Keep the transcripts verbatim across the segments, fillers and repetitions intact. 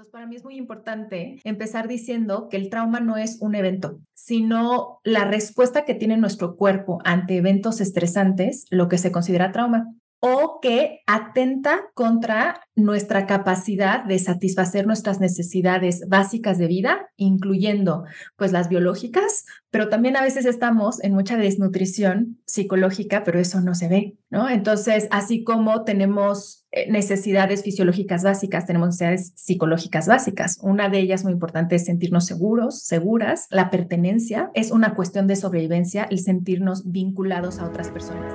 Entonces, para mí es muy importante empezar diciendo que el trauma no es un evento, sino la respuesta que tiene nuestro cuerpo ante eventos estresantes, lo que se considera trauma, o que atenta contra nuestra capacidad de satisfacer nuestras necesidades básicas de vida, incluyendo pues las biológicas, pero también a veces estamos en mucha desnutrición psicológica, pero eso no se ve, ¿no? Entonces, así como tenemos necesidades fisiológicas básicas, tenemos necesidades psicológicas básicas. Una de ellas muy importante es sentirnos seguros, seguras. La pertenencia es una cuestión de sobrevivencia, el sentirnos vinculados a otras personas.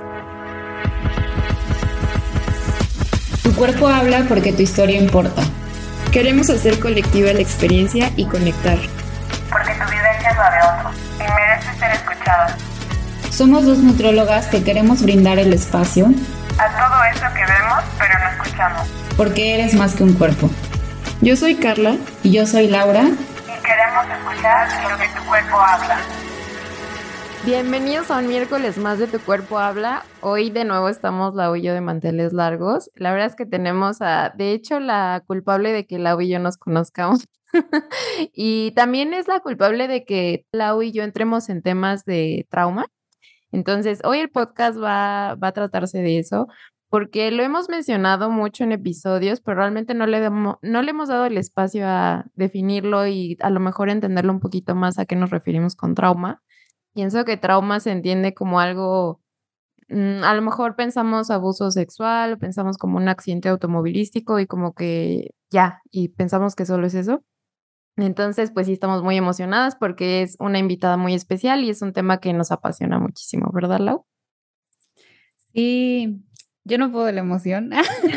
Tu cuerpo habla porque tu historia importa. Queremos hacer colectiva la experiencia y conectar. Porque tu vivencia es la de otros y merece ser escuchada. Somos dos nutriólogas que queremos brindar el espacio a todo eso que vemos, pero no escuchamos. Porque eres más que un cuerpo. Yo soy Carla. Y yo soy Laura. Y queremos escuchar lo que tu cuerpo habla. Bienvenidos a un miércoles más de Tu Cuerpo Habla. Hoy de nuevo estamos Lau y yo de manteles largos. La verdad es que tenemos a, de hecho, la culpable de que Lau y yo nos conozcamos. Y también es la culpable de que Lau y yo entremos en temas de trauma. Entonces, hoy el podcast va, va a tratarse de eso, porque lo hemos mencionado mucho en episodios, pero realmente no le, demo, no le hemos dado el espacio a definirlo y a lo mejor entenderlo un poquito más a qué nos referimos con trauma. Pienso que trauma se entiende como algo, mmm, a lo mejor pensamos abuso sexual, pensamos como un accidente automovilístico y como que ya, y pensamos que solo es eso. Entonces, pues sí estamos muy emocionadas porque es una invitada muy especial y es un tema que nos apasiona muchísimo, ¿verdad, Lau? Sí, yo no puedo de la emoción.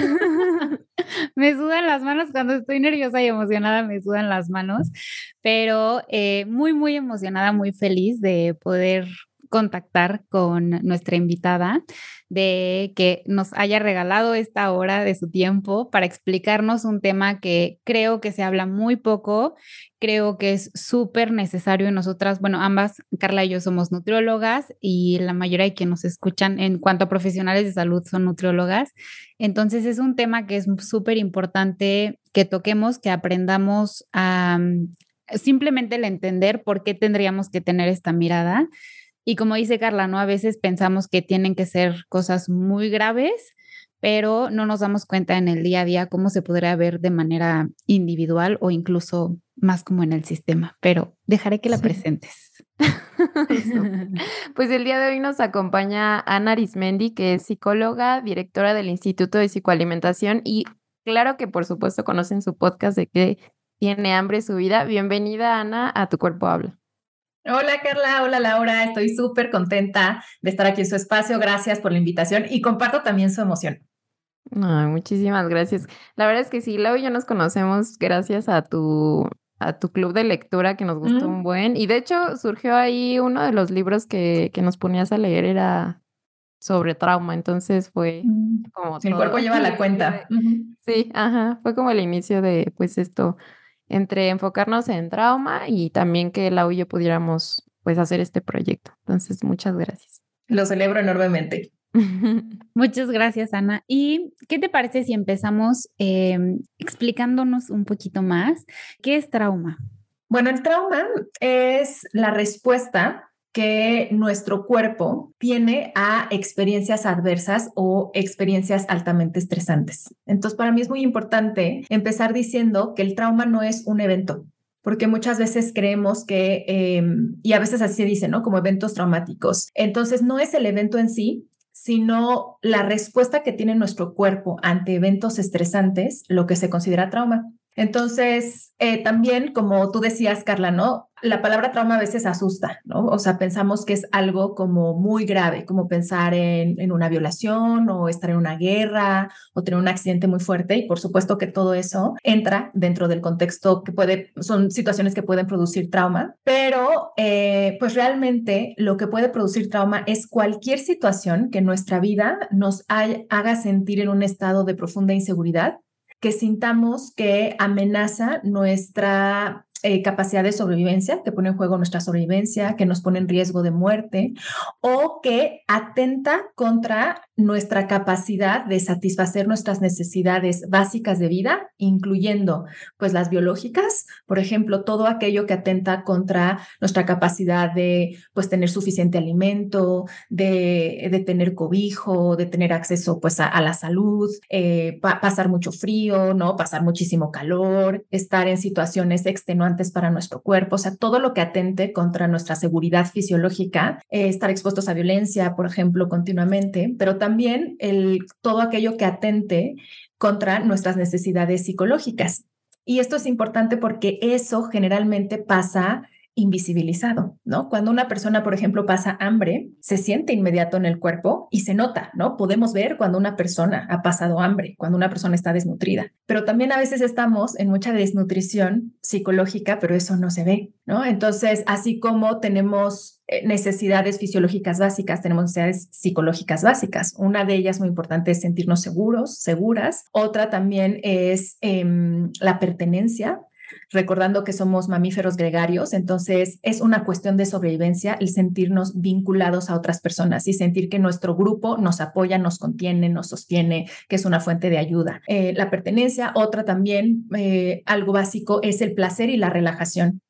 Me sudan las manos cuando estoy nerviosa y emocionada, me sudan las manos, pero eh, muy, muy emocionada, muy feliz de poder contactar con nuestra invitada, de que nos haya regalado esta hora de su tiempo para explicarnos un tema que creo que se habla muy poco, creo que es súper necesario. Nosotras, bueno, ambas, Carla y yo somos nutriólogas y la mayoría de quienes nos escuchan en cuanto a profesionales de salud son nutriólogas. Entonces es un tema que es súper importante que toquemos, que aprendamos a um, simplemente el entender por qué tendríamos que tener esta mirada. Y como dice Carla, ¿no? A veces pensamos que tienen que ser cosas muy graves, pero no nos damos cuenta en el día a día cómo se podría ver de manera individual o incluso más como en el sistema. Pero dejaré que la sí. presentes. Pues el día de hoy nos acompaña Ana Arismendi, que es psicóloga, directora del Instituto de Psicoalimentación y claro que por supuesto conocen su podcast de que tiene hambre su vida. Bienvenida, Ana, a Tu Cuerpo Habla. Hola Carla, hola Laura, estoy súper contenta de estar aquí en su espacio, gracias por la invitación y comparto también su emoción. Ay, muchísimas gracias. La verdad es que sí, Lau y yo nos conocemos gracias a tu, a tu club de lectura que nos gustó mm. un buen y de hecho surgió ahí uno de los libros que, que nos ponías a leer era sobre trauma, entonces fue mm. como El todo. Cuerpo Lleva la Cuenta. De, uh-huh. Sí, ajá, fue como el inicio de pues esto, entre enfocarnos en trauma y también que Lau y yo pudiéramos pues hacer este proyecto. Entonces, muchas gracias. Lo celebro enormemente. Muchas gracias, Ana. ¿Y qué te parece si empezamos eh, explicándonos un poquito más qué es trauma? Bueno, el trauma es la respuesta que nuestro cuerpo tiene a experiencias adversas o experiencias altamente estresantes. Entonces, para mí es muy importante empezar diciendo que el trauma no es un evento, porque muchas veces creemos que, eh, y a veces así se dice, ¿no? Como eventos traumáticos. Entonces, no es el evento en sí, sino la respuesta que tiene nuestro cuerpo ante eventos estresantes, lo que se considera trauma. Entonces, eh, también, como tú decías, Carla, ¿no? La palabra trauma a veces asusta, ¿no? O sea, pensamos que es algo como muy grave, como pensar en, en una violación o estar en una guerra o tener un accidente muy fuerte. Y por supuesto que todo eso entra dentro del contexto que puede, son situaciones que pueden producir trauma, pero eh, pues realmente lo que puede producir trauma es cualquier situación que en nuestra vida nos hay, haga sentir en un estado de profunda inseguridad, que sintamos que amenaza nuestra eh, capacidad de sobrevivencia, que pone en juego nuestra sobrevivencia, que nos pone en riesgo de muerte o que atenta contra nuestra capacidad de satisfacer nuestras necesidades básicas de vida, incluyendo pues las biológicas, por ejemplo, todo aquello que atenta contra nuestra capacidad de pues tener suficiente alimento, de, de tener cobijo, de tener acceso pues a, a la salud, eh, pa- pasar mucho frío, ¿no? Pasar muchísimo calor, estar en situaciones extenuantes para nuestro cuerpo, o sea, todo lo que atente contra nuestra seguridad fisiológica, eh, estar expuestos a violencia, por ejemplo, continuamente, pero también También el, todo aquello que atente contra nuestras necesidades psicológicas. Y esto es importante porque eso generalmente pasa invisibilizado, ¿no? Cuando una persona, por ejemplo, pasa hambre, se siente inmediato en el cuerpo y se nota, ¿no? Podemos ver cuando una persona ha pasado hambre, cuando una persona está desnutrida, pero también a veces estamos en mucha desnutrición psicológica, pero eso no se ve, ¿no? Entonces, así como tenemos necesidades fisiológicas básicas, tenemos necesidades psicológicas básicas. Una de ellas muy importante es sentirnos seguros, seguras. Otra también es eh, la pertenencia, recordando que somos mamíferos gregarios, entonces es una cuestión de sobrevivencia el sentirnos vinculados a otras personas y sentir que nuestro grupo nos apoya, nos contiene, nos sostiene, que es una fuente de ayuda. Eh, la pertenencia, otra también, eh, algo básico, es el placer y la relajación.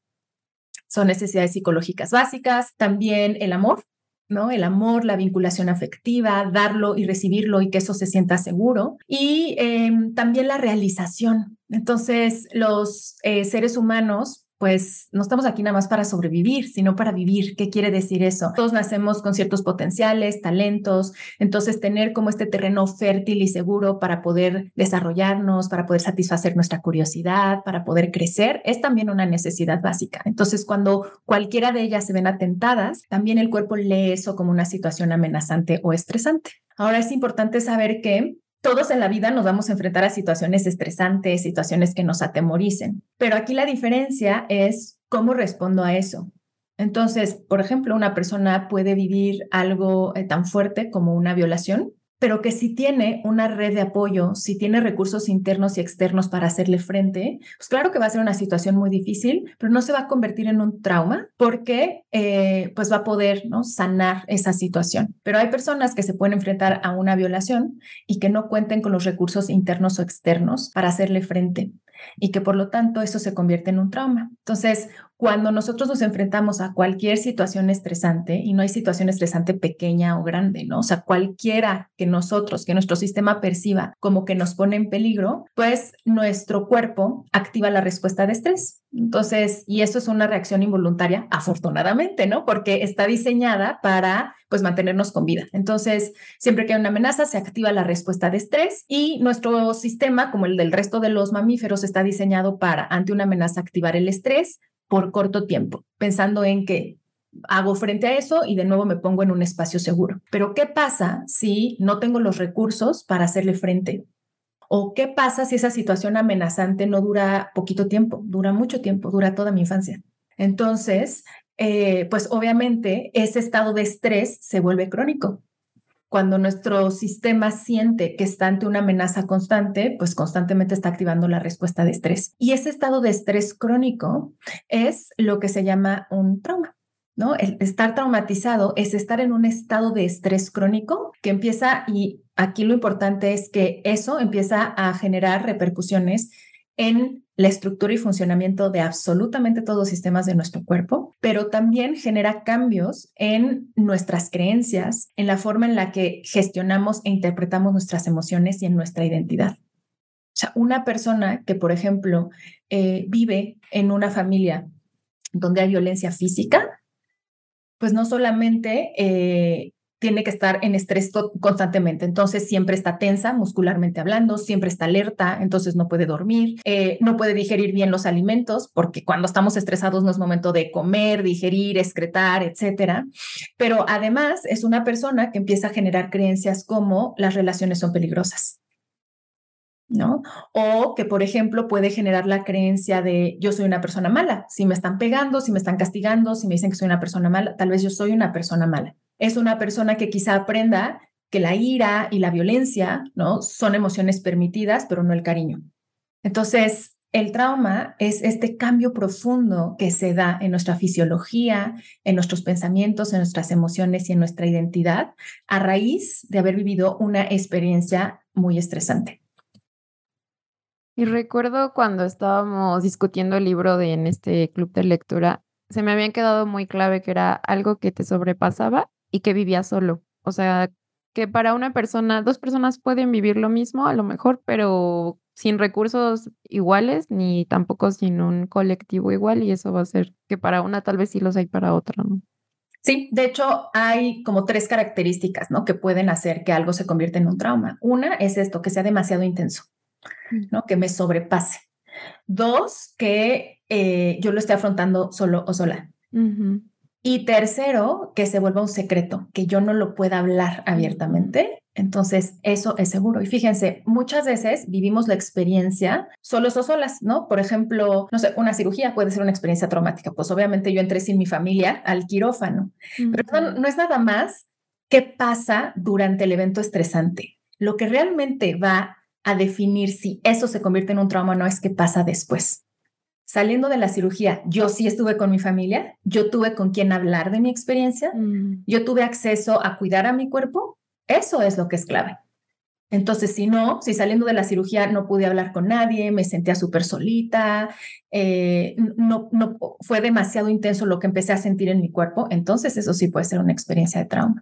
Son necesidades psicológicas básicas. También el amor, ¿no? El amor, la vinculación afectiva, darlo y recibirlo y que eso se sienta seguro. Y eh, también la realización. Entonces, los eh, seres humanos, pues no estamos aquí nada más para sobrevivir, sino para vivir. ¿Qué quiere decir eso? Todos nacemos con ciertos potenciales, talentos, entonces tener como este terreno fértil y seguro para poder desarrollarnos, para poder satisfacer nuestra curiosidad, para poder crecer, es también una necesidad básica. Entonces, cuando cualquiera de ellas se ven atentadas, también el cuerpo lee eso como una situación amenazante o estresante. Ahora es importante saber que todos en la vida nos vamos a enfrentar a situaciones estresantes, situaciones que nos atemoricen, pero aquí la diferencia es cómo respondo a eso. Entonces, por ejemplo, una persona puede vivir algo eh, tan fuerte como una violación, pero que si tiene una red de apoyo, si tiene recursos internos y externos para hacerle frente, pues claro que va a ser una situación muy difícil, pero no se va a convertir en un trauma porque eh, pues va a poder, ¿no?, sanar esa situación. Pero hay personas que se pueden enfrentar a una violación y que no cuenten con los recursos internos o externos para hacerle frente y que por lo tanto eso se convierte en un trauma. Entonces, cuando nosotros nos enfrentamos a cualquier situación estresante, y no hay situación estresante pequeña o grande, ¿no? O sea, cualquiera que nosotros, que nuestro sistema perciba como que nos pone en peligro, pues nuestro cuerpo activa la respuesta de estrés. Entonces, y eso es una reacción involuntaria, afortunadamente, ¿no? Porque está diseñada para, pues, mantenernos con vida. Entonces, siempre que hay una amenaza, se activa la respuesta de estrés y nuestro sistema, como el del resto de los mamíferos, está diseñado para, ante una amenaza, activar el estrés por corto tiempo, pensando en que hago frente a eso y de nuevo me pongo en un espacio seguro. Pero ¿qué pasa si no tengo los recursos para hacerle frente? ¿O qué pasa si esa situación amenazante no dura poquito tiempo, dura mucho tiempo, dura toda mi infancia? Entonces, eh, pues obviamente ese estado de estrés se vuelve crónico. Cuando nuestro sistema siente que está ante una amenaza constante, pues constantemente está activando la respuesta de estrés. Y ese estado de estrés crónico es lo que se llama un trauma, ¿no? El estar traumatizado es estar en un estado de estrés crónico que empieza, y aquí lo importante es que eso empieza a generar repercusiones en la estructura y funcionamiento de absolutamente todos los sistemas de nuestro cuerpo, pero también genera cambios en nuestras creencias, en la forma en la que gestionamos e interpretamos nuestras emociones y en nuestra identidad. O sea, una persona que, por ejemplo, eh, vive en una familia donde hay violencia física, pues no solamente eh, tiene que estar en estrés constantemente, entonces siempre está tensa muscularmente hablando, siempre está alerta, entonces no puede dormir, eh, no puede digerir bien los alimentos, porque cuando estamos estresados no es momento de comer, digerir, excretar, etcétera. Pero además es una persona que empieza a generar creencias como las relaciones son peligrosas, ¿no? O que, por ejemplo, puede generar la creencia de yo soy una persona mala. Si me están pegando, si me están castigando, si me dicen que soy una persona mala, tal vez yo soy una persona mala. Es una persona que quizá aprenda que la ira y la violencia, ¿no?, son emociones permitidas, pero no el cariño. Entonces, el trauma es este cambio profundo que se da en nuestra fisiología, en nuestros pensamientos, en nuestras emociones y en nuestra identidad a raíz de haber vivido una experiencia muy estresante. Y recuerdo cuando estábamos discutiendo el libro de, en este club de lectura, se me habían quedado muy clave que era algo que te sobrepasaba y que vivías solo. O sea, que para una persona, dos personas pueden vivir lo mismo a lo mejor, pero sin recursos iguales ni tampoco sin un colectivo igual, y eso va a ser que para una tal vez sí los hay para otra, ¿no? Sí, de hecho hay como tres características, ¿no?, que pueden hacer que algo se convierta en un trauma. Una es esto, que sea demasiado intenso, ¿no?, que me sobrepase. Dos, que eh, yo lo esté afrontando solo o sola. Uh-huh. Y tercero, que se vuelva un secreto, que yo no lo pueda hablar abiertamente. Entonces, eso es seguro. Y fíjense, muchas veces vivimos la experiencia solos o solas, ¿no? Por ejemplo, no sé, una cirugía puede ser una experiencia traumática. Pues obviamente yo entré sin mi familia al quirófano, uh-huh. pero no, no es nada más qué pasa durante el evento estresante. Lo que realmente va a definir si eso se convierte en un trauma o no es qué pasa después. Saliendo de la cirugía, yo sí estuve con mi familia, yo tuve con quien hablar de mi experiencia, mm. yo tuve acceso a cuidar a mi cuerpo, eso es lo que es clave. Entonces, si no, si saliendo de la cirugía no pude hablar con nadie, me sentía súper solita, eh, no, no, fue demasiado intenso lo que empecé a sentir en mi cuerpo, entonces eso sí puede ser una experiencia de trauma.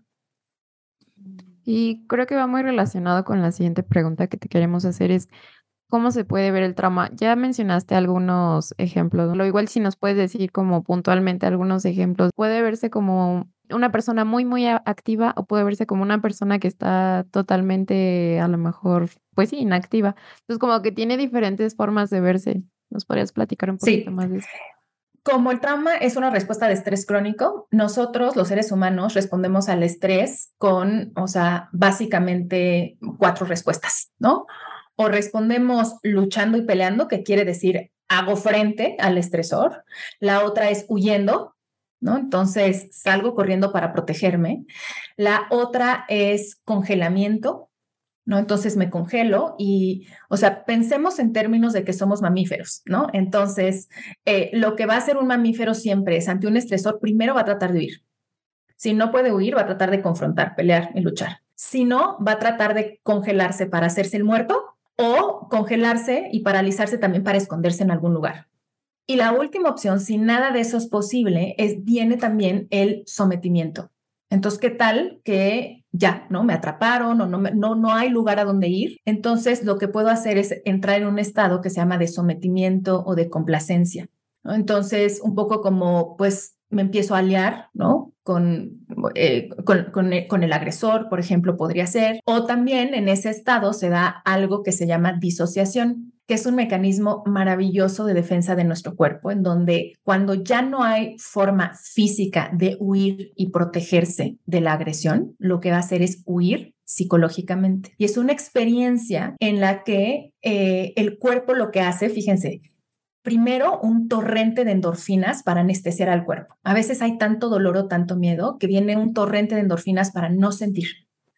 Y creo que va muy relacionado con la siguiente pregunta que te queremos hacer es, ¿cómo se puede ver el trauma? Ya mencionaste algunos ejemplos, lo igual si nos puedes decir como puntualmente algunos ejemplos. Puede verse como una persona muy, muy activa o puede verse como una persona que está totalmente, a lo mejor, pues sí, inactiva. Entonces, como que tiene diferentes formas de verse. ¿Nos podrías platicar un poquito sí. más de eso? Como el trauma es una respuesta de estrés crónico, nosotros, los seres humanos, respondemos al estrés con, o sea, básicamente cuatro respuestas, ¿no? O respondemos luchando y peleando, que quiere decir hago frente al estresor. La otra es huyendo, ¿no? Entonces salgo corriendo para protegerme. La otra es congelamiento, ¿no? Entonces me congelo y, o sea, pensemos en términos de que somos mamíferos, ¿no? Entonces, eh, lo que va a hacer un mamífero siempre es, ante un estresor, primero va a tratar de huir. Si no puede huir, va a tratar de confrontar, pelear y luchar. Si no, va a tratar de congelarse para hacerse el muerto, o congelarse y paralizarse también para esconderse en algún lugar. Y la última opción, si nada de eso es posible, es, viene también el sometimiento. Entonces, ¿qué tal que ya, ¿no? Me atraparon o no, me, no, no hay lugar a donde ir? Entonces, lo que puedo hacer es entrar en un estado que se llama de sometimiento o de complacencia, ¿no? Entonces, un poco como, pues, me empiezo a aliar, ¿no? Con, eh, con, con, con el agresor, por ejemplo, podría ser. O también en ese estado se da algo que se llama disociación, que es un mecanismo maravilloso de defensa de nuestro cuerpo, en donde cuando ya no hay forma física de huir y protegerse de la agresión, lo que va a hacer es huir psicológicamente. Y es una experiencia en la que eh, el cuerpo lo que hace, fíjense, primero, un torrente de endorfinas para anestesiar al cuerpo. A veces hay tanto dolor o tanto miedo que viene un torrente de endorfinas para no sentir.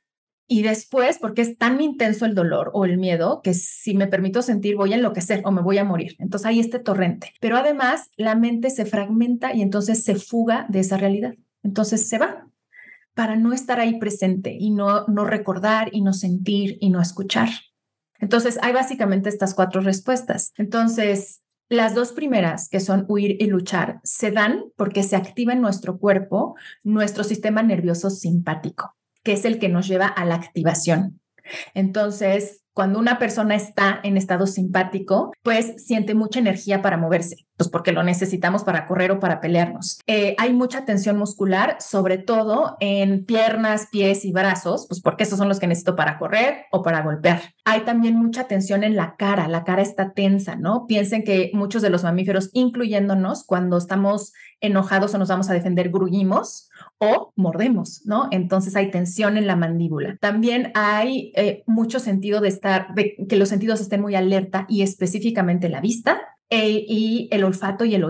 Y después, porque es tan intenso el dolor o el miedo, que si me permito sentir voy a enloquecer o me voy a morir. Entonces hay este torrente. Pero además la mente se fragmenta y entonces se fuga de esa realidad. Entonces se va para no estar ahí presente y no, no recordar y no sentir y no escuchar. Entonces hay básicamente estas cuatro respuestas. Entonces, las dos primeras, que son huir y luchar, se dan porque se activa en nuestro cuerpo nuestro sistema nervioso simpático, que es el que nos lleva a la activación. Entonces, cuando una persona está en estado simpático, pues siente mucha energía para moverse, pues porque lo necesitamos para correr o para pelearnos. Eh, hay mucha tensión muscular, sobre todo en piernas, pies y brazos, pues porque esos son los que necesito para correr o para golpear. Hay también mucha tensión en la cara, la cara está tensa, ¿no? Piensen que muchos de los mamíferos, incluyéndonos, cuando estamos enojados o nos vamos a defender, gruñimos o mordemos, ¿no? Entonces hay tensión en la mandíbula. También hay eh, mucho sentido de estar, de que los sentidos estén muy alerta y específicamente la vista eh, y el olfato y el oído.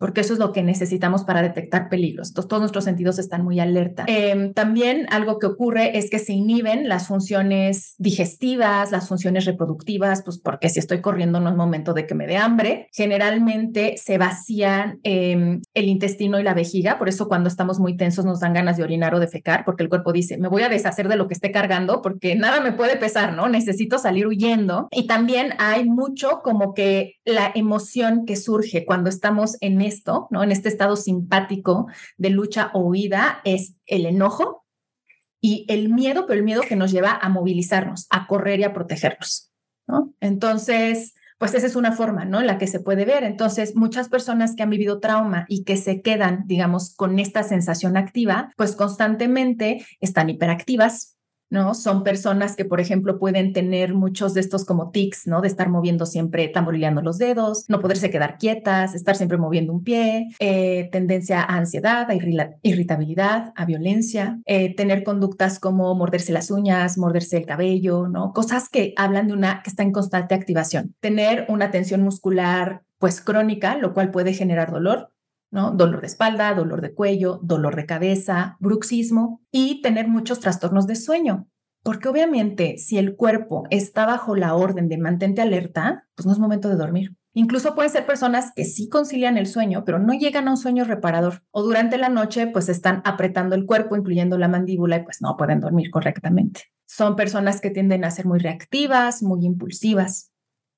porque eso es lo que necesitamos para detectar peligros. Entonces, todos nuestros sentidos están muy alerta. Eh, también algo que ocurre es que se inhiben las funciones digestivas, las funciones reproductivas, pues porque si estoy corriendo no es momento de que me dé hambre. Generalmente se vacían eh, el intestino y la vejiga, por eso cuando estamos muy tensos nos dan ganas de orinar o defecar, porque el cuerpo dice, me voy a deshacer de lo que esté cargando porque nada me puede pesar, ¿no? Necesito salir huyendo. Y también hay mucho como que la emoción que surge cuando estamos en esto, ¿no? En este estado simpático de lucha o huida es el enojo y el miedo, pero el miedo que nos lleva a movilizarnos, a correr y a protegernos, ¿no? Entonces, pues esa es una forma, ¿no? La que se puede ver. Entonces, muchas personas que han vivido trauma y que se quedan, digamos, con esta sensación activa, pues constantemente están hiperactivas, ¿no? Son personas que, por ejemplo, pueden tener muchos de estos como tics, ¿no? De estar moviendo siempre, tamborileando los dedos, no poderse quedar quietas, estar siempre moviendo un pie, eh, tendencia a ansiedad, a irri- irritabilidad, a violencia, eh, tener conductas como morderse las uñas, morderse el cabello, ¿no? Cosas que hablan de una que está en constante activación. Tener una tensión muscular, pues crónica, lo cual puede generar dolor, ¿no? Dolor de espalda, dolor de cuello, dolor de cabeza, bruxismo y tener muchos trastornos de sueño. Porque obviamente si el cuerpo está bajo la orden de mantente alerta, pues no es momento de dormir. Incluso pueden ser personas que sí concilian el sueño, pero no llegan a un sueño reparador. O durante la noche, pues están apretando el cuerpo, incluyendo la mandíbula, y pues no pueden dormir correctamente. Son personas que tienden a ser muy reactivas, muy impulsivas.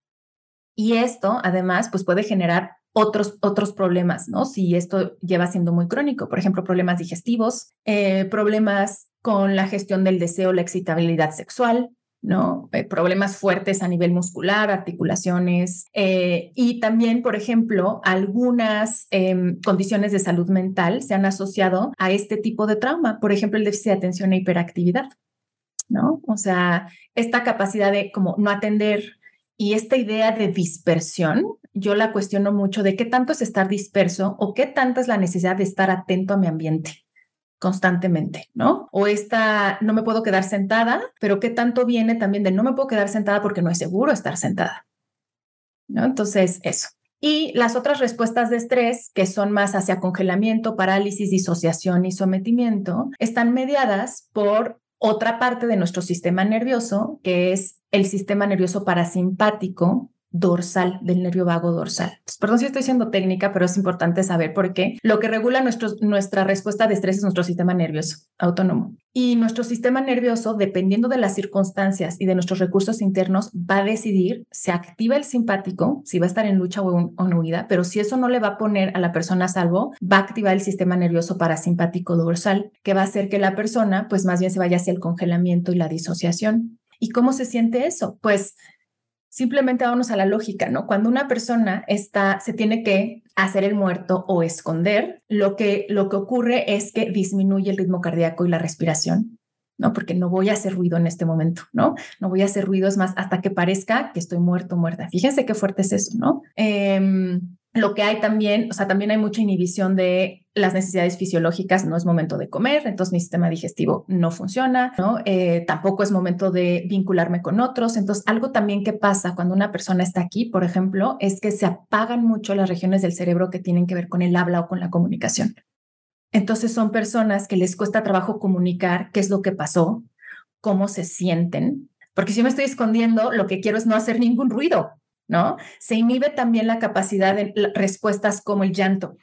Y esto, además, pues puede generar otros, otros problemas, ¿no? Si esto lleva siendo muy crónico, por ejemplo, problemas digestivos, eh, problemas con la gestión del deseo, la excitabilidad sexual, ¿no? Eh, problemas fuertes a nivel muscular, articulaciones, eh, y también, por ejemplo, algunas eh, condiciones de salud mental se han asociado a este tipo de trauma, por ejemplo, el déficit de atención e hiperactividad, ¿no? O sea, esta capacidad de como no atender y esta idea de dispersión, yo la cuestiono mucho de qué tanto es estar disperso o qué tanta es la necesidad de estar atento a mi ambiente constantemente, ¿no? O esta, no me puedo quedar sentada, pero qué tanto viene también de no me puedo quedar sentada porque no es seguro estar sentada, ¿no? Entonces, eso. Y las otras respuestas de estrés, que son más hacia congelamiento, parálisis, disociación y sometimiento, están mediadas por otra parte de nuestro sistema nervioso, que es el sistema nervioso parasimpático dorsal, del nervio vago dorsal. Entonces, perdón si estoy siendo técnica, pero es importante saber por qué. Lo que regula nuestro, nuestra respuesta de estrés es nuestro sistema nervioso autónomo. Y nuestro sistema nervioso, dependiendo de las circunstancias y de nuestros recursos internos, va a decidir si activa el simpático, si va a estar en lucha o en, o en huida, pero si eso no le va a poner a la persona a salvo, va a activar el sistema nervioso parasimpático dorsal, que va a hacer que la persona, pues más bien se vaya hacia el congelamiento y la disociación. ¿Y cómo se siente eso? Pues simplemente vámonos a la lógica, ¿no? Cuando una persona está, se tiene que hacer el muerto o esconder, lo que, lo que ocurre es que disminuye el ritmo cardíaco y la respiración, ¿no? Porque no voy a hacer ruido en este momento, ¿no? No voy a hacer ruidos más hasta que parezca que estoy muerto, muerta. Fíjense qué fuerte es eso, ¿no? Eh, Lo que hay también, o sea, también hay mucha inhibición de las necesidades fisiológicas, no es momento de comer, entonces mi sistema digestivo no funciona, ¿no? Eh, tampoco es momento de vincularme con otros, entonces algo también que pasa cuando una persona está aquí, por ejemplo, es que se apagan mucho las regiones del cerebro que tienen que ver con el habla o con la comunicación. Entonces son personas que les cuesta trabajo comunicar qué es lo que pasó, cómo se sienten, porque si yo me estoy escondiendo, lo que quiero es no hacer ningún ruido, ¿no? Se inhibe también la capacidad de respuestas como el llanto,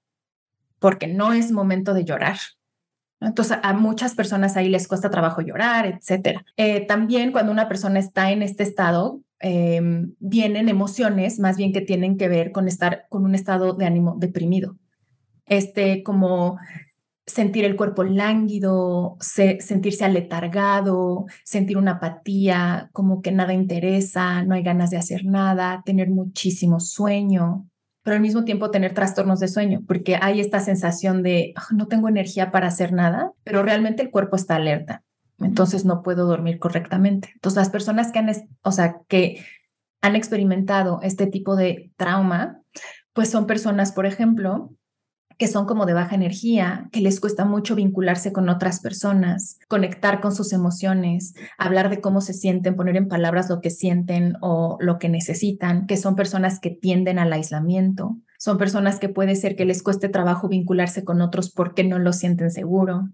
porque no es momento de llorar. Entonces, a muchas personas ahí les cuesta trabajo llorar, etcétera. Eh, también cuando una persona está en este estado, eh, vienen emociones más bien que tienen que ver con estar con un estado de ánimo deprimido. Este, como sentir el cuerpo lánguido, se, sentirse aletargado, sentir una apatía, como que nada interesa, no hay ganas de hacer nada, tener muchísimo sueño, pero al mismo tiempo tener trastornos de sueño, porque hay esta sensación de oh, no tengo energía para hacer nada, pero realmente el cuerpo está alerta, entonces no puedo dormir correctamente. Entonces las personas que han, o sea, que han experimentado este tipo de trauma, pues son personas, por ejemplo, que son como de baja energía, que les cuesta mucho vincularse con otras personas, conectar con sus emociones, hablar de cómo se sienten, poner en palabras lo que sienten o lo que necesitan, que son personas que tienden al aislamiento, Son personas que puede ser que les cueste trabajo vincularse con otros porque no lo sienten seguro.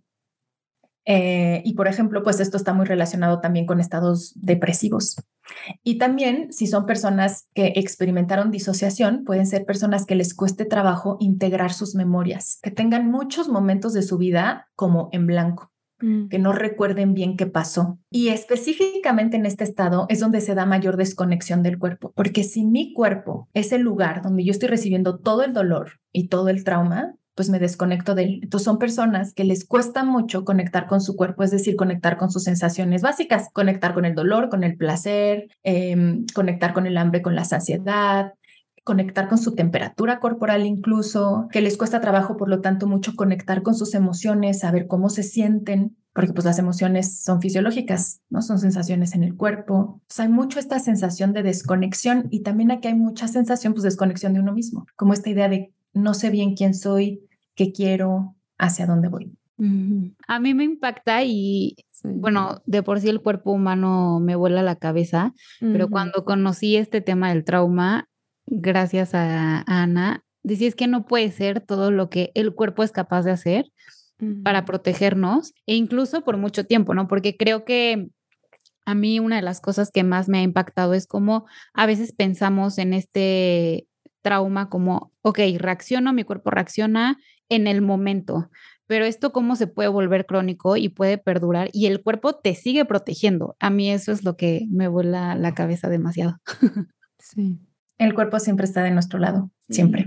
Eh, y por ejemplo, pues esto está muy relacionado también con estados depresivos. Y también, si son personas que experimentaron disociación, pueden ser personas que les cueste trabajo integrar sus memorias, que tengan muchos momentos de su vida como en blanco, mm. que no recuerden bien qué pasó. Y específicamente en este estado es donde se da mayor desconexión del cuerpo, porque si mi cuerpo es el lugar donde yo estoy recibiendo todo el dolor y todo el trauma, pues me desconecto de él. Entonces son personas que les cuesta mucho conectar con su cuerpo, es decir, conectar con sus sensaciones básicas, conectar con el dolor, con el placer, eh, conectar con el hambre, con la saciedad, conectar con su temperatura corporal incluso, que les cuesta trabajo, por lo tanto, mucho conectar con sus emociones, saber cómo se sienten, porque pues las emociones son fisiológicas, ¿no? Son sensaciones en el cuerpo. O sea, hay mucho esta sensación de desconexión y también aquí hay mucha sensación, pues, desconexión de uno mismo, como esta idea de no sé bien quién soy, qué quiero, hacia dónde voy. Uh-huh. A mí me impacta y, sí. bueno, de por sí el cuerpo humano me vuela la cabeza, uh-huh. pero cuando conocí este tema del trauma, gracias a Ana, decía es que no puede ser todo lo que el cuerpo es capaz de hacer uh-huh. para protegernos, e incluso por mucho tiempo, ¿no? Porque creo que a mí una de las cosas que más me ha impactado es cómo a veces pensamos en este trauma como, ok, reacciono, mi cuerpo reacciona en el momento, pero esto cómo se puede volver crónico y puede perdurar y el cuerpo te sigue protegiendo. A mí eso es lo que me vuela la cabeza demasiado. Sí. El cuerpo siempre está de nuestro lado, sí. siempre.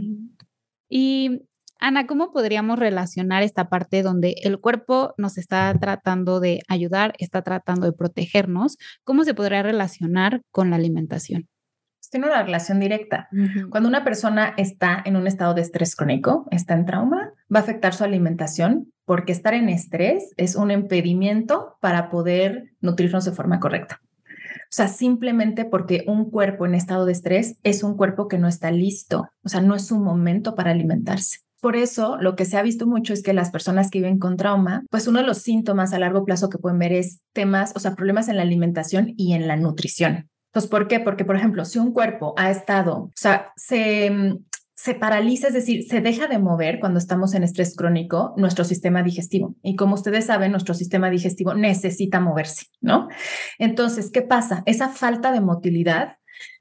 Y Ana, ¿cómo podríamos relacionar esta parte donde el cuerpo nos está tratando de ayudar, está tratando de protegernos? ¿Cómo se podría relacionar con la alimentación? Tiene una relación directa. Uh-huh. Cuando una persona está en un estado de estrés crónico, está en trauma, va a afectar su alimentación porque estar en estrés es un impedimento para poder nutrirnos de forma correcta. O sea, simplemente porque un cuerpo en estado de estrés es un cuerpo que no está listo, o sea, no es un momento para alimentarse. Por eso, lo que se ha visto mucho es que las personas que viven con trauma, pues uno de los síntomas a largo plazo que pueden ver es temas, o sea, problemas en la alimentación y en la nutrición. Entonces, ¿por qué? Porque, por ejemplo, si un cuerpo ha estado, o sea, se, se paraliza, es decir, se deja de mover cuando estamos en estrés crónico, nuestro sistema digestivo. Y como ustedes saben, nuestro sistema digestivo necesita moverse, ¿no? Entonces, ¿qué pasa? Esa falta de motilidad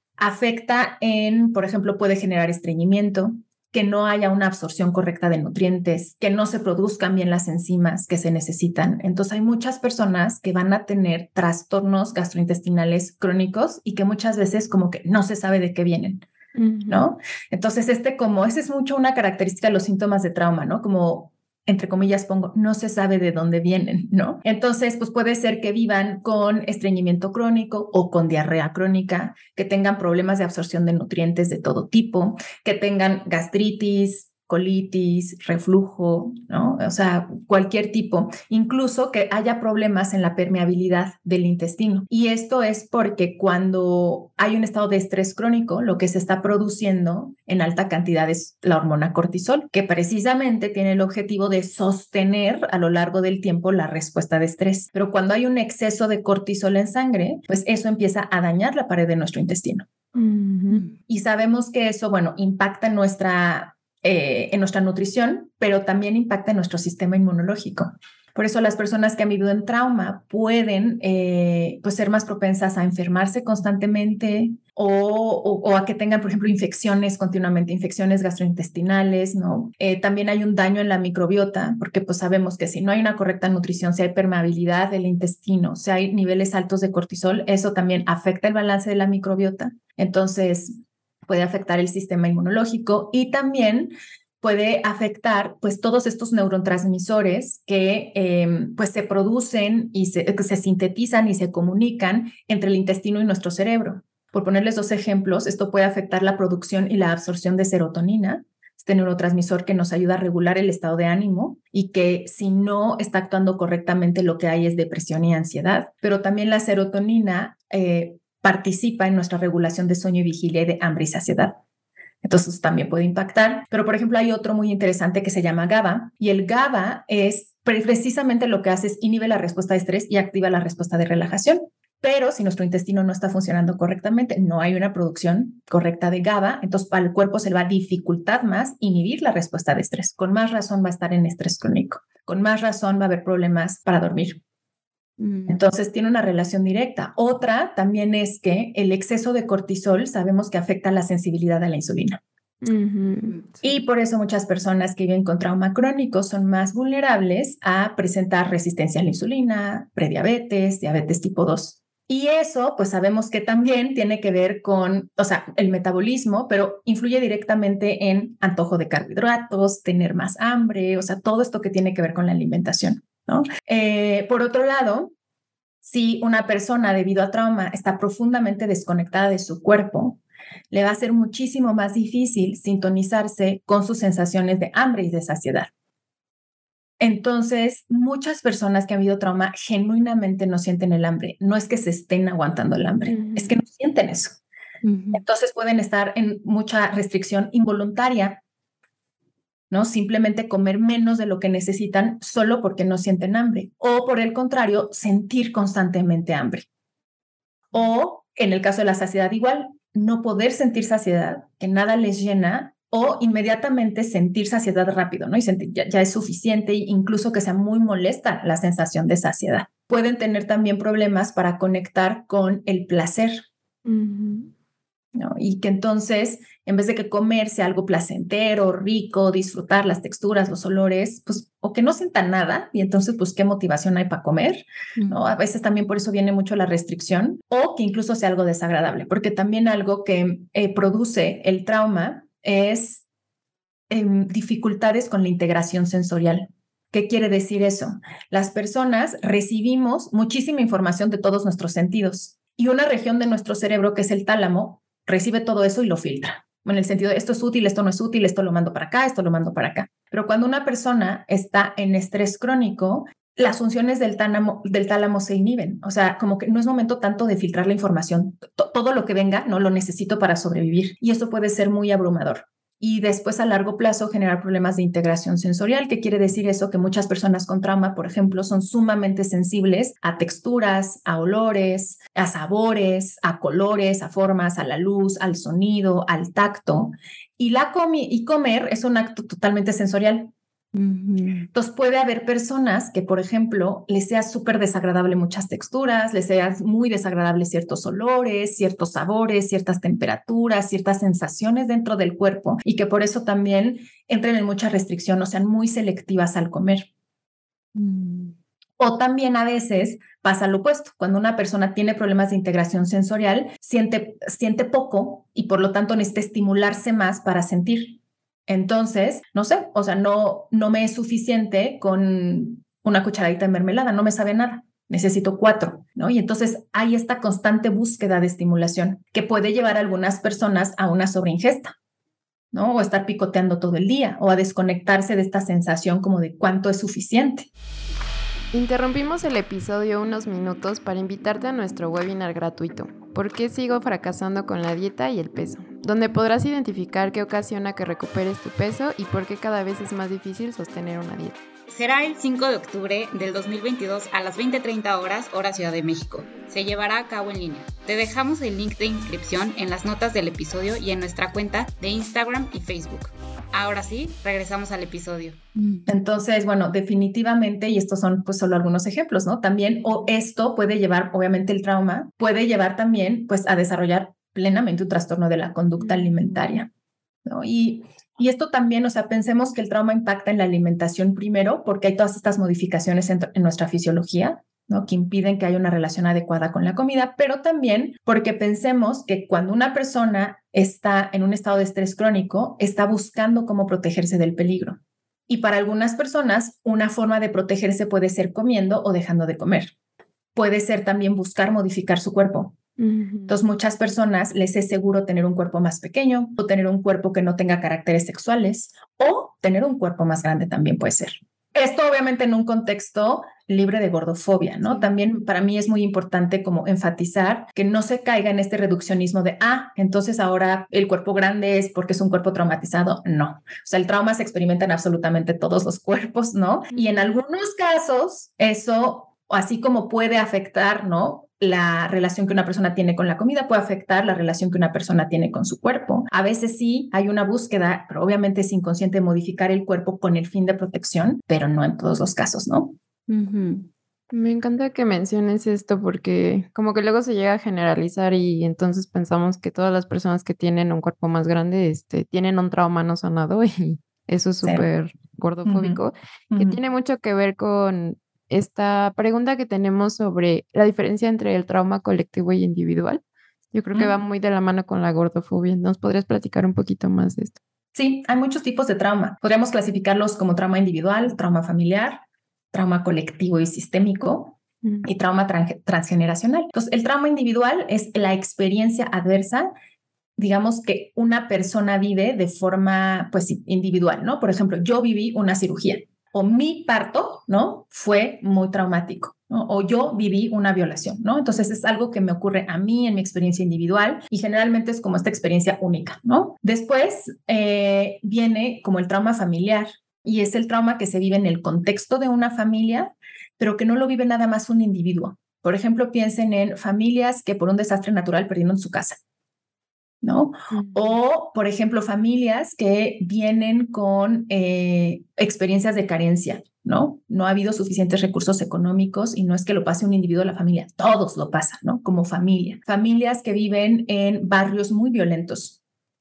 afecta en, por ejemplo, puede generar estreñimiento, que no haya una absorción correcta de nutrientes, que no se produzcan bien las enzimas que se necesitan. Entonces hay muchas personas que van a tener trastornos gastrointestinales crónicos y que muchas veces como que no se sabe de qué vienen, uh-huh. ¿no? Entonces este como, esa es mucho una característica de los síntomas de trauma, ¿no? Como, entre comillas pongo, no se sabe de dónde vienen, ¿no? Entonces, pues puede ser que vivan con estreñimiento crónico o con diarrea crónica, que tengan problemas de absorción de nutrientes de todo tipo, que tengan gastritis, colitis, reflujo, ¿no? O sea, cualquier tipo, incluso que haya problemas en la permeabilidad del intestino. Y esto es porque cuando hay un estado de estrés crónico, lo que se está produciendo en alta cantidad es la hormona cortisol, que precisamente tiene el objetivo de sostener a lo largo del tiempo la respuesta de estrés. Pero cuando hay un exceso de cortisol en sangre, pues eso empieza a dañar la pared de nuestro intestino. Uh-huh. Y sabemos que eso, bueno, impacta en nuestra Eh, en nuestra nutrición, pero también impacta en nuestro sistema inmunológico. Por eso las personas que han vivido en trauma pueden eh, pues ser más propensas a enfermarse constantemente o, o, o a que tengan, por ejemplo, infecciones continuamente, infecciones gastrointestinales, ¿no? Eh, también hay un daño en la microbiota, porque pues sabemos que si no hay una correcta nutrición, si hay permeabilidad del intestino, si hay niveles altos de cortisol, eso también afecta el balance de la microbiota. Entonces, puede afectar el sistema inmunológico y también puede afectar pues todos estos neurotransmisores que eh, pues se producen y se, que se sintetizan y se comunican entre el intestino y nuestro cerebro. Por ponerles dos ejemplos, esto puede afectar la producción y la absorción de serotonina, este neurotransmisor que nos ayuda a regular el estado de ánimo y que si no está actuando correctamente lo que hay es depresión y ansiedad. Pero también la serotonina eh, participa en nuestra regulación de sueño y vigilia y de hambre y saciedad. Entonces también puede impactar. Pero, por ejemplo, hay otro muy interesante que se llama GABA y el GABA es precisamente lo que hace es inhibe la respuesta de estrés y activa la respuesta de relajación. Pero si nuestro intestino no está funcionando correctamente, no hay una producción correcta de GABA, entonces para el cuerpo se le va a dificultar más inhibir la respuesta de estrés. Con más razón va a estar en estrés crónico. Con más razón va a haber problemas para dormir. Mm. Entonces tiene una relación directa. Otra también es que el exceso de cortisol sabemos que afecta la sensibilidad a la insulina. Uh-huh. Y por eso muchas personas que viven con trauma crónico son más vulnerables a presentar resistencia a la insulina, prediabetes, diabetes tipo dos. Y eso, pues sabemos que también tiene que ver con, o sea, el metabolismo, pero influye directamente en antojo de carbohidratos, tener más hambre, o sea, todo esto que tiene que ver con la alimentación, ¿no? Eh, por otro lado, si una persona debido a trauma está profundamente desconectada de su cuerpo, le va a ser muchísimo más difícil sintonizarse con sus sensaciones de hambre y de saciedad. Entonces, muchas personas que han habido trauma genuinamente no sienten el hambre. No es que se estén aguantando el hambre, uh-huh. es que no sienten eso. Uh-huh. Entonces pueden estar en mucha restricción involuntaria, ¿no? Simplemente comer menos de lo que necesitan solo porque no sienten hambre. O por el contrario, sentir constantemente hambre. O, en el caso de la saciedad igual, no poder sentir saciedad, que nada les llena, o inmediatamente sentir saciedad rápido, ¿no? Y sentir ya, ya es suficiente, incluso que sea muy molesta la sensación de saciedad. Pueden tener también problemas para conectar con el placer, uh-huh. ¿no? Y que entonces, en vez de que comer sea algo placentero, rico, disfrutar las texturas, los olores, pues, o que no sientan nada, y entonces, pues, ¿qué motivación hay para comer? Uh-huh. ¿No? A veces también por eso viene mucho la restricción, o que incluso sea algo desagradable, porque también algo que eh, produce el trauma es eh, dificultades con la integración sensorial. ¿Qué quiere decir eso? Las personas recibimos muchísima información de todos nuestros sentidos y una región de nuestro cerebro, que es el tálamo, recibe todo eso y lo filtra. En el sentido de esto es útil, esto no es útil, esto lo mando para acá, esto lo mando para acá. Pero cuando una persona está en estrés crónico, las funciones del tálamo, del tálamo se inhiben. O sea, como que no es momento tanto de filtrar la información. T- todo lo que venga, no lo necesito para sobrevivir. Y eso puede ser muy abrumador. Y después a largo plazo generar problemas de integración sensorial. ¿Qué quiere decir eso? Que muchas personas con trauma, por ejemplo, son sumamente sensibles a texturas, a olores, a sabores, a colores, a formas, a la luz, al sonido, al tacto. Y, la comi- y comer es un acto totalmente sensorial. Entonces puede haber personas que, por ejemplo, les sea súper desagradable muchas texturas, les sea muy desagradable ciertos olores, ciertos sabores, ciertas temperaturas, ciertas sensaciones dentro del cuerpo y que por eso también entren en mucha restricción o sean muy selectivas al comer. Mm. O también a veces pasa lo opuesto, cuando una persona tiene problemas de integración sensorial, siente, siente poco y por lo tanto necesita estimularse más para sentir. Entonces, no sé, o sea, no, no me es suficiente con una cucharadita de mermelada, no me sabe nada, necesito cuatro, ¿no? Y entonces hay esta constante búsqueda de estimulación que puede llevar a algunas personas a una sobreingesta, ¿no? O estar picoteando todo el día o a desconectarse de esta sensación como de cuánto es suficiente. Interrumpimos el episodio unos minutos para invitarte a nuestro webinar gratuito, ¿Por qué sigo fracasando con la dieta y el peso?, donde podrás identificar qué ocasiona que recuperes tu peso y por qué cada vez es más difícil sostener una dieta. Será el cinco de octubre del dos mil veintidós a las veinte treinta horas, hora Ciudad de México. Se llevará a cabo en línea. Te dejamos el link de inscripción en las notas del episodio y en nuestra cuenta de Instagram y Facebook. Ahora sí, regresamos al episodio. Entonces, bueno, definitivamente, y estos son pues solo algunos ejemplos, ¿no? También, o esto puede llevar, obviamente el trauma, puede llevar también pues a desarrollar plenamente un trastorno de la conducta alimentaria, ¿no? Y Y esto también, o sea, pensemos que el trauma impacta en la alimentación primero porque hay todas estas modificaciones en, en nuestra fisiología, ¿no?, que impiden que haya una relación adecuada con la comida, pero también porque pensemos que cuando una persona está en un estado de estrés crónico, está buscando cómo protegerse del peligro. Y para algunas personas, una forma de protegerse puede ser comiendo o dejando de comer. Puede ser también buscar modificar su cuerpo. Entonces, muchas personas les es seguro tener un cuerpo más pequeño o tener un cuerpo que no tenga caracteres sexuales o tener un cuerpo más grande también puede ser. Esto obviamente en un contexto libre de gordofobia, ¿no? Sí. También para mí es muy importante como enfatizar que no se caiga en este reduccionismo de, ah, entonces ahora el cuerpo grande es porque es un cuerpo traumatizado. No, o sea, el trauma se experimenta en absolutamente todos los cuerpos, ¿no? Y en algunos casos eso, así como puede afectar, ¿no?, la relación que una persona tiene con la comida puede afectar la relación que una persona tiene con su cuerpo. A veces sí hay una búsqueda, pero obviamente es inconsciente, de modificar el cuerpo con el fin de protección, pero no en todos los casos, ¿no? Uh-huh. Me encanta que menciones esto porque como que luego se llega a generalizar y entonces pensamos que todas las personas que tienen un cuerpo más grande este, tienen un trauma no sanado y eso es súper sí. gordofóbico, uh-huh. que uh-huh. tiene mucho que ver con esta pregunta que tenemos sobre la diferencia entre el trauma colectivo y individual. Yo creo que uh-huh. va muy de la mano con la gordofobia. ¿Nos podrías platicar un poquito más de esto? Sí, hay muchos tipos de trauma. Podríamos clasificarlos como trauma individual, trauma familiar, trauma colectivo y sistémico uh-huh. y trauma trans- transgeneracional. Entonces, el trauma individual es la experiencia adversa, digamos, que una persona vive de forma, pues, individual, ¿no? Por ejemplo, yo viví una cirugía o mi parto, ¿no? Fue muy traumático, ¿no? O yo viví una violación, ¿no? Entonces, es algo que me ocurre a mí en mi experiencia individual y generalmente es como esta experiencia única, ¿no? Después eh, viene como el trauma familiar, y es el trauma que se vive en el contexto de una familia, pero que no lo vive nada más un individuo. Por ejemplo, piensen en familias que por un desastre natural perdieron su casa, ¿no? Uh-huh. O, por ejemplo, familias que vienen con eh, experiencias de carencia, ¿no? No ha habido suficientes recursos económicos y no es que lo pase un individuo de la familia, todos lo pasan, ¿no? Como familia. Familias que viven en barrios muy violentos,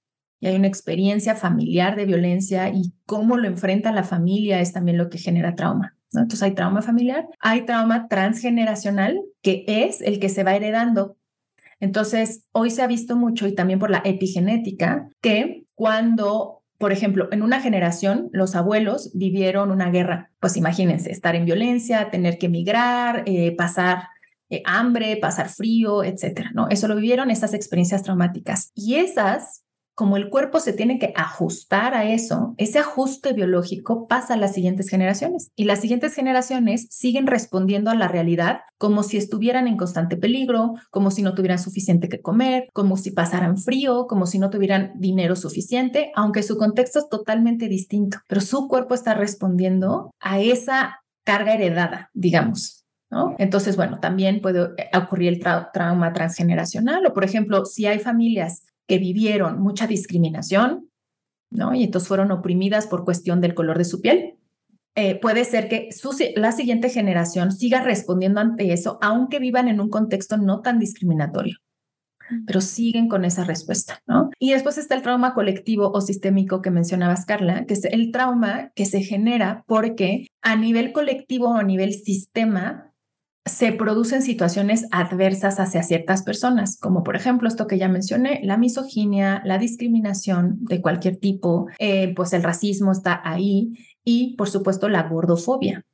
y hay una experiencia familiar de violencia y cómo lo enfrenta la familia es también lo que genera trauma, ¿no? Entonces hay trauma familiar, hay trauma transgeneracional, que es el que se va heredando. Entonces, hoy se ha visto mucho, y también por la epigenética, que cuando, por ejemplo, en una generación los abuelos vivieron una guerra, pues imagínense, estar en violencia, tener que emigrar, eh, pasar eh, hambre, pasar frío, etcétera, ¿no? Eso lo vivieron, esas experiencias traumáticas. Y esas, como el cuerpo se tiene que ajustar a eso, ese ajuste biológico pasa a las siguientes generaciones. Y las siguientes generaciones siguen respondiendo a la realidad como si estuvieran en constante peligro, como si no tuvieran suficiente que comer, como si pasaran frío, como si no tuvieran dinero suficiente, aunque su contexto es totalmente distinto. Pero su cuerpo está respondiendo a esa carga heredada, digamos, ¿no? Entonces, bueno, también puede ocurrir el tra- trauma transgeneracional, o por ejemplo, si hay familias que vivieron mucha discriminación, ¿no? Y entonces fueron oprimidas por cuestión del color de su piel. Eh, puede ser que su, la siguiente generación siga respondiendo ante eso, aunque vivan en un contexto no tan discriminatorio, pero siguen con esa respuesta, ¿no? Y después está el trauma colectivo o sistémico que mencionabas, Carla, que es el trauma que se genera porque a nivel colectivo o a nivel sistema se producen situaciones adversas hacia ciertas personas, como por ejemplo esto que ya mencioné, la misoginia, la discriminación de cualquier tipo, eh, pues el racismo está ahí y por supuesto la gordofobia.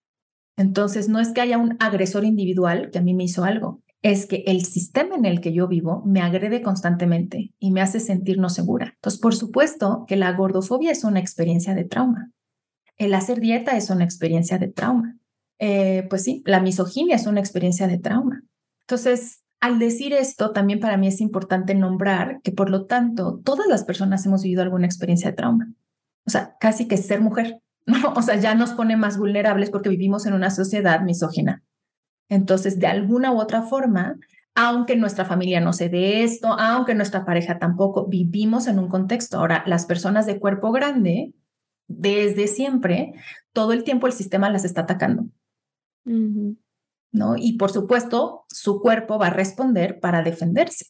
Entonces no es que haya un agresor individual que a mí me hizo algo, es que el sistema en el que yo vivo me agrede constantemente y me hace sentir no segura. Entonces, por supuesto que la gordofobia es una experiencia de trauma. El hacer dieta es una experiencia de trauma. Eh, pues sí, la misoginia es una experiencia de trauma. Entonces, al decir esto, también para mí es importante nombrar que, por lo tanto, todas las personas hemos vivido alguna experiencia de trauma. O sea, casi que ser mujer, ¿no? O sea, ya nos pone más vulnerables porque vivimos en una sociedad misógina. Entonces, de alguna u otra forma, aunque nuestra familia no se dé esto, aunque nuestra pareja tampoco, vivimos en un contexto. Ahora, las personas de cuerpo grande, desde siempre, todo el tiempo el sistema las está atacando. Uh-huh. ¿No? Y por supuesto, su cuerpo va a responder para defenderse.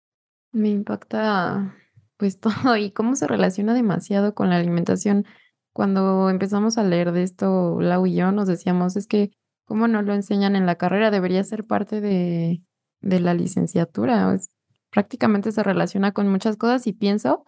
Me impacta pues todo y cómo se relaciona demasiado con la alimentación. Cuando empezamos a leer de esto, Lau y yo nos decíamos, es que cómo no lo enseñan en la carrera, debería ser parte de, de la licenciatura. Es, prácticamente se relaciona con muchas cosas y pienso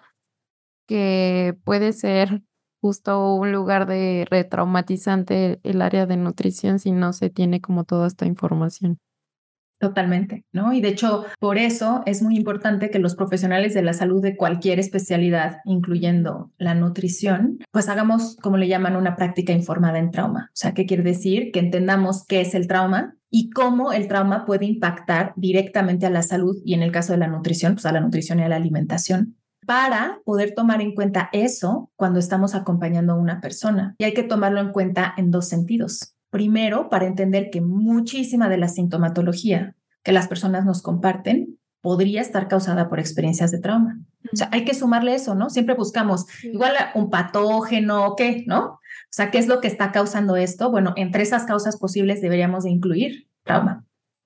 que puede ser justo un lugar de retraumatizante el área de nutrición si no se tiene como toda esta información. Totalmente, ¿no? Y de hecho, por eso es muy importante que los profesionales de la salud de cualquier especialidad, incluyendo la nutrición, pues hagamos, como le llaman, una práctica informada en trauma. O sea, ¿qué quiere decir? Que entendamos qué es el trauma y cómo el trauma puede impactar directamente a la salud y en el caso de la nutrición, pues a la nutrición y a la alimentación, para poder tomar en cuenta eso cuando estamos acompañando a una persona. Y hay que tomarlo en cuenta en dos sentidos. Primero, para entender que muchísima de la sintomatología que las personas nos comparten podría estar causada por experiencias de trauma. O sea, hay que sumarle eso, ¿no? Siempre buscamos igual un patógeno, ¿qué? ¿No? O sea, ¿qué es lo que está causando esto? Bueno, entre esas causas posibles deberíamos de incluir trauma.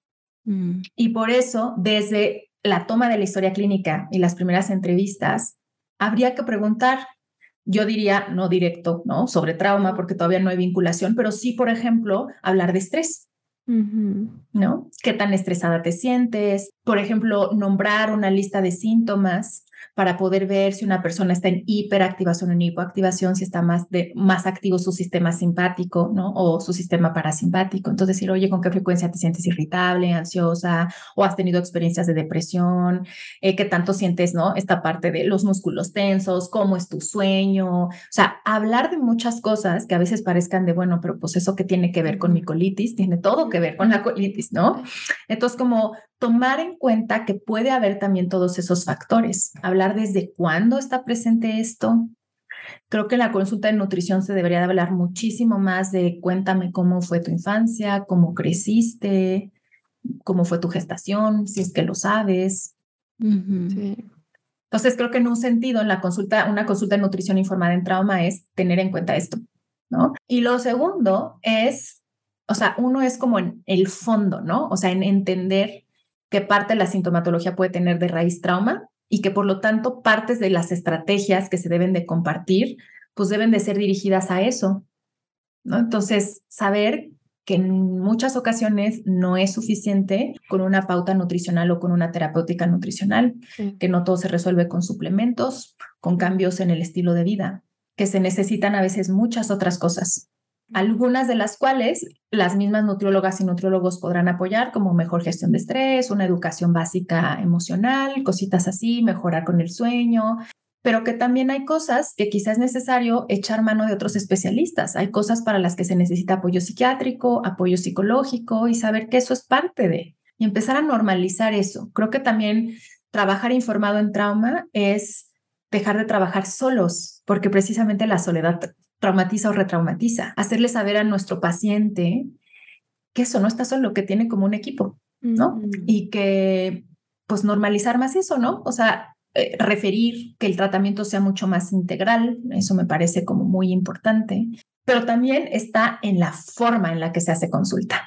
Mm. Y por eso, desde la toma de la historia clínica y las primeras entrevistas, habría que preguntar, yo diría, no directo, ¿no? Sobre trauma, porque todavía no hay vinculación, pero sí, por ejemplo, hablar de estrés. Uh-huh. ¿No? ¿Qué tan estresada te sientes? Por ejemplo, nombrar una lista de síntomas para poder ver si una persona está en hiperactivación o en hipoactivación, si está más, de, más activo su sistema simpático, ¿no? O su sistema parasimpático. Entonces decir, oye, ¿con qué frecuencia te sientes irritable, ansiosa? ¿O has tenido experiencias de depresión? Eh, ¿Qué tanto sientes, ¿no? Esta parte de los músculos tensos, ¿cómo es tu sueño? O sea, hablar de muchas cosas que a veces parezcan de, bueno, pero pues eso que tiene que ver con mi colitis, tiene todo que ver con la colitis, ¿no? Entonces, como tomar en cuenta que puede haber también todos esos factores. Hablar desde cuándo está presente esto. Creo que en la consulta de nutrición se debería de hablar muchísimo más de cuéntame cómo fue tu infancia, cómo creciste, cómo fue tu gestación, si es que lo sabes. Uh-huh. Sí. Entonces, creo que en un sentido, en la consulta, una consulta de nutrición informada en trauma es tener en cuenta esto, ¿no? Y lo segundo es, o sea, uno es como en el fondo, ¿no? O sea, en entender qué parte de la sintomatología puede tener de raíz trauma y que por lo tanto partes de las estrategias que se deben de compartir, pues deben de ser dirigidas a eso, ¿no? Entonces, saber que en muchas ocasiones no es suficiente con una pauta nutricional o con una terapéutica nutricional, sí. Que no todo se resuelve con suplementos, con cambios en el estilo de vida, que se necesitan a veces muchas otras cosas. Algunas de las cuales las mismas nutriólogas y nutriólogos podrán apoyar, como mejor gestión de estrés, una educación básica emocional, cositas así, mejorar con el sueño, pero que también hay cosas que quizás es necesario echar mano de otros especialistas. Hay cosas para las que se necesita apoyo psiquiátrico, apoyo psicológico y saber que eso es parte de, y empezar a normalizar eso. Creo que también trabajar informado en trauma es dejar de trabajar solos, porque precisamente la soledad traumatiza o retraumatiza. Hacerle saber a nuestro paciente que eso no está solo, que tiene como un equipo, ¿no? Mm. Y que, pues, normalizar más eso, ¿no? O sea, eh, referir que el tratamiento sea mucho más integral, eso me parece como muy importante, pero también está en la forma en la que se hace consulta.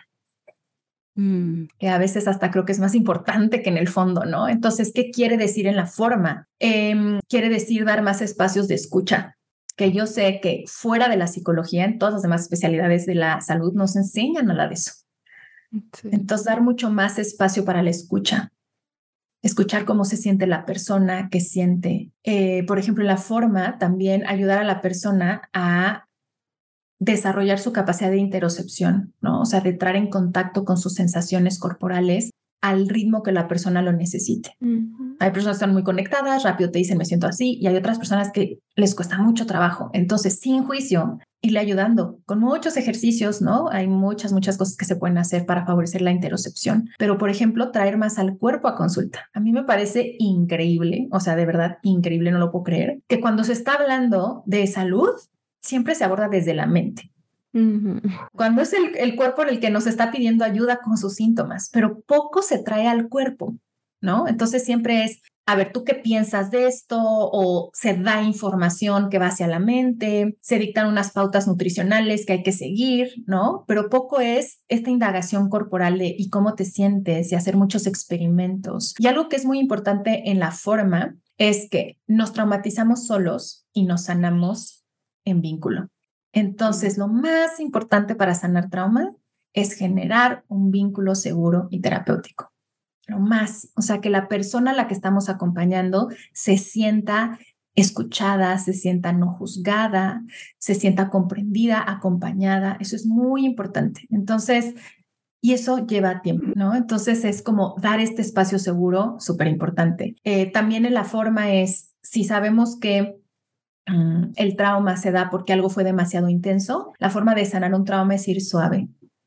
Mm. Que a veces hasta creo que es más importante que en el fondo, ¿no? Entonces, ¿qué quiere decir en la forma? Eh, quiere decir dar más espacios de escucha, que yo sé que fuera de la psicología, en todas las demás especialidades de la salud, nos enseñan nada de eso. Sí. Entonces, dar mucho más espacio para la escucha. Escuchar cómo se siente la persona, qué siente. Eh, por ejemplo, en la forma, también ayudar a la persona a desarrollar su capacidad de interocepción, ¿no? O sea, de entrar en contacto con sus sensaciones corporales al ritmo que la persona lo necesite. Uh-huh. Hay personas que están muy conectadas, rápido te dicen me siento así, y hay otras personas que les cuesta mucho trabajo. Entonces, sin juicio, irle ayudando con muchos ejercicios, ¿no? Hay muchas, muchas cosas que se pueden hacer para favorecer la interocepción. Pero, por ejemplo, traer más al cuerpo a consulta. A mí me parece increíble, o sea, de verdad increíble, no lo puedo creer, que cuando se está hablando de salud, siempre se aborda desde la mente. Uh-huh. Cuando es el, el cuerpo el que nos está pidiendo ayuda con sus síntomas, pero poco se trae al cuerpo, ¿no? Entonces siempre es, a ver, ¿tú qué piensas de esto? O se da información que va hacia la mente, se dictan unas pautas nutricionales que hay que seguir, ¿no? Pero poco es esta indagación corporal de ¿y cómo te sientes? Y hacer muchos experimentos. Y algo que es muy importante en la forma es que nos traumatizamos solos y nos sanamos en vínculo. Entonces, lo más importante para sanar trauma es generar un vínculo seguro y terapéutico. Lo más, o sea, que la persona a la que estamos acompañando se sienta escuchada, se sienta no juzgada, se sienta comprendida, acompañada. Eso es muy importante. Entonces, y eso lleva tiempo, ¿no? Entonces, es como dar este espacio seguro, súper importante. Eh, también en la forma es, si sabemos que el trauma se da porque algo fue demasiado intenso, la forma de sanar un trauma es ir suave,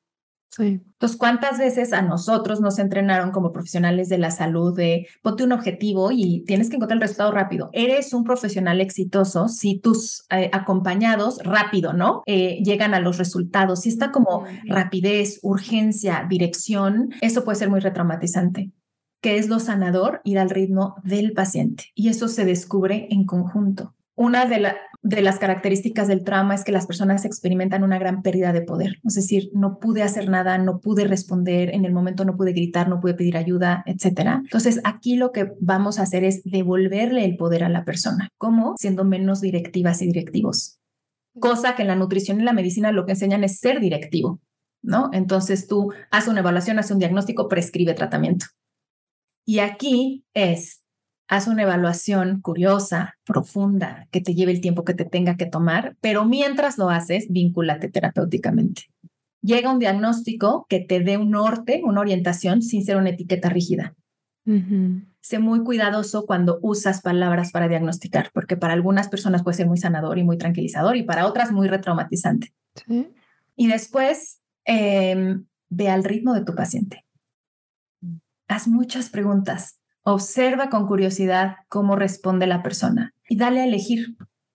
Sí. Entonces, ¿cuántas veces a nosotros nos entrenaron como profesionales de la salud de ponte un objetivo y tienes que encontrar el resultado rápido? Eres un profesional exitoso si tus eh, acompañados rápido, ¿no? Eh, llegan a los resultados. Si está como rapidez, urgencia, dirección, eso puede ser muy retraumatizante. ¿Qué es lo sanador? Ir al ritmo del paciente. Y eso se descubre en conjunto. Una de, la, de las características del trauma es que las personas experimentan una gran pérdida de poder. Es decir, no pude hacer nada, no pude responder, en el momento no pude gritar, no pude pedir ayuda, etcétera. Entonces, aquí lo que vamos a hacer es devolverle el poder a la persona. ¿Cómo? Siendo menos directivas y directivos. Cosa que en la nutrición y la medicina lo que enseñan es ser directivo, ¿no? Entonces, tú haces una evaluación, haces un diagnóstico, prescribe tratamiento. Y aquí es... haz una evaluación curiosa, profunda, que te lleve el tiempo que te tenga que tomar, pero mientras lo haces, vincúlate terapéuticamente. Llega un diagnóstico que te dé un norte, una orientación, sin ser una etiqueta rígida. Uh-huh. Sé muy cuidadoso cuando usas palabras para diagnosticar, porque para algunas personas puede ser muy sanador y muy tranquilizador, y para otras muy retraumatizante. ¿Sí? Y después, eh, ve al ritmo de tu paciente. Haz muchas preguntas. Observa con curiosidad cómo responde la persona y dale a elegir.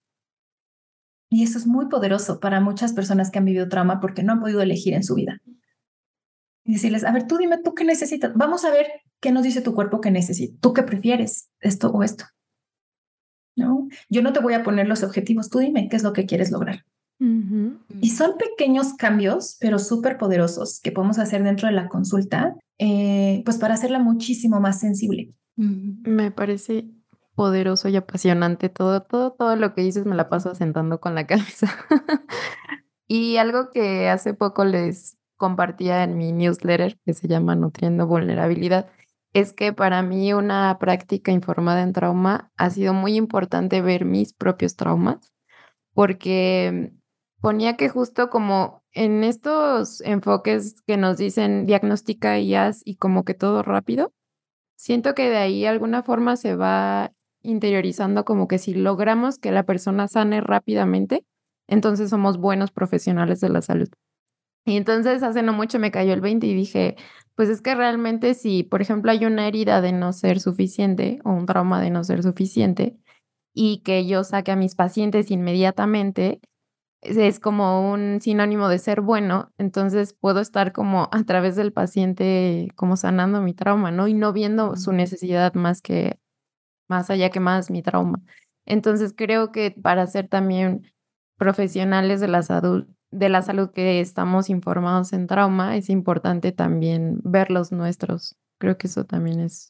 Y eso es muy poderoso para muchas personas que han vivido trauma porque no han podido elegir en su vida. Y decirles, a ver, tú dime, ¿tú qué necesitas? Vamos a ver qué nos dice tu cuerpo que necesita. ¿Tú qué prefieres? ¿Esto o esto? ¿No? Yo no te voy a poner los objetivos. Tú dime qué es lo que quieres lograr. Uh-huh. Y son pequeños cambios, pero súper poderosos que podemos hacer dentro de la consulta, eh, pues para hacerla muchísimo más sensible. Me parece poderoso y apasionante todo, todo, todo lo que dices me la paso asentando con la cabeza. Y algo que hace poco les compartía en mi newsletter, que se llama Nutriendo Vulnerabilidad, es que para mí una práctica informada en trauma ha sido muy importante ver mis propios traumas, porque ponía que justo como en estos enfoques que nos dicen diagnostica y haz y como que todo rápido, siento que de ahí de alguna forma se va interiorizando como que si logramos que la persona sane rápidamente, entonces somos buenos profesionales de la salud. Y entonces hace no mucho me cayó el veinte y dije, pues es que realmente si, por ejemplo, hay una herida de no ser suficiente o un trauma de no ser suficiente y que yo saque a mis pacientes inmediatamente, es como un sinónimo de ser bueno, entonces puedo estar como a través del paciente como sanando mi trauma, ¿no? Y no viendo su necesidad más que, más allá que más mi trauma. Entonces creo que para ser también profesionales de la salud, de la salud que estamos informados en trauma, es importante también ver los nuestros. Creo que eso también es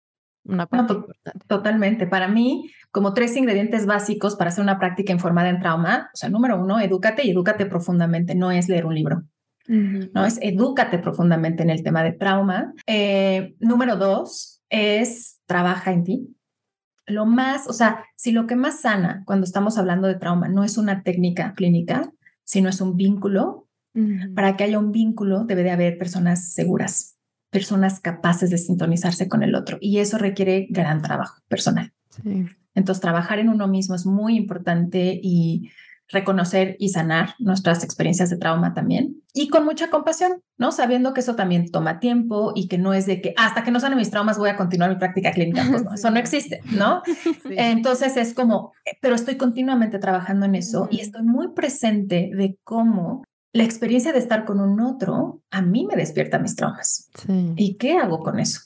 una parte no, importante. Totalmente. Para mí, como tres ingredientes básicos para hacer una práctica informada en trauma, o sea, número uno, edúcate y edúcate profundamente, no es leer un libro. Uh-huh. No, es edúcate profundamente en el tema de trauma. Eh, número dos es trabaja en ti. Lo más, o sea, si lo que más sana cuando estamos hablando de trauma no es una técnica clínica, sino es un vínculo, uh-huh. Para que haya un vínculo debe de haber personas seguras, personas capaces de sintonizarse con el otro, y eso requiere gran trabajo personal. Sí. Entonces, trabajar en uno mismo es muy importante y reconocer y sanar nuestras experiencias de trauma también, y con mucha compasión, ¿no? Sabiendo que eso también toma tiempo y que no es de que hasta que no sane mis traumas voy a continuar mi práctica clínica, pues no, sí. Eso no existe, ¿no? Sí. Entonces es como, pero estoy continuamente trabajando en eso uh-huh. Y estoy muy presente de cómo la experiencia de estar con un otro a mí me despierta mis traumas. Sí. ¿Y qué hago con eso?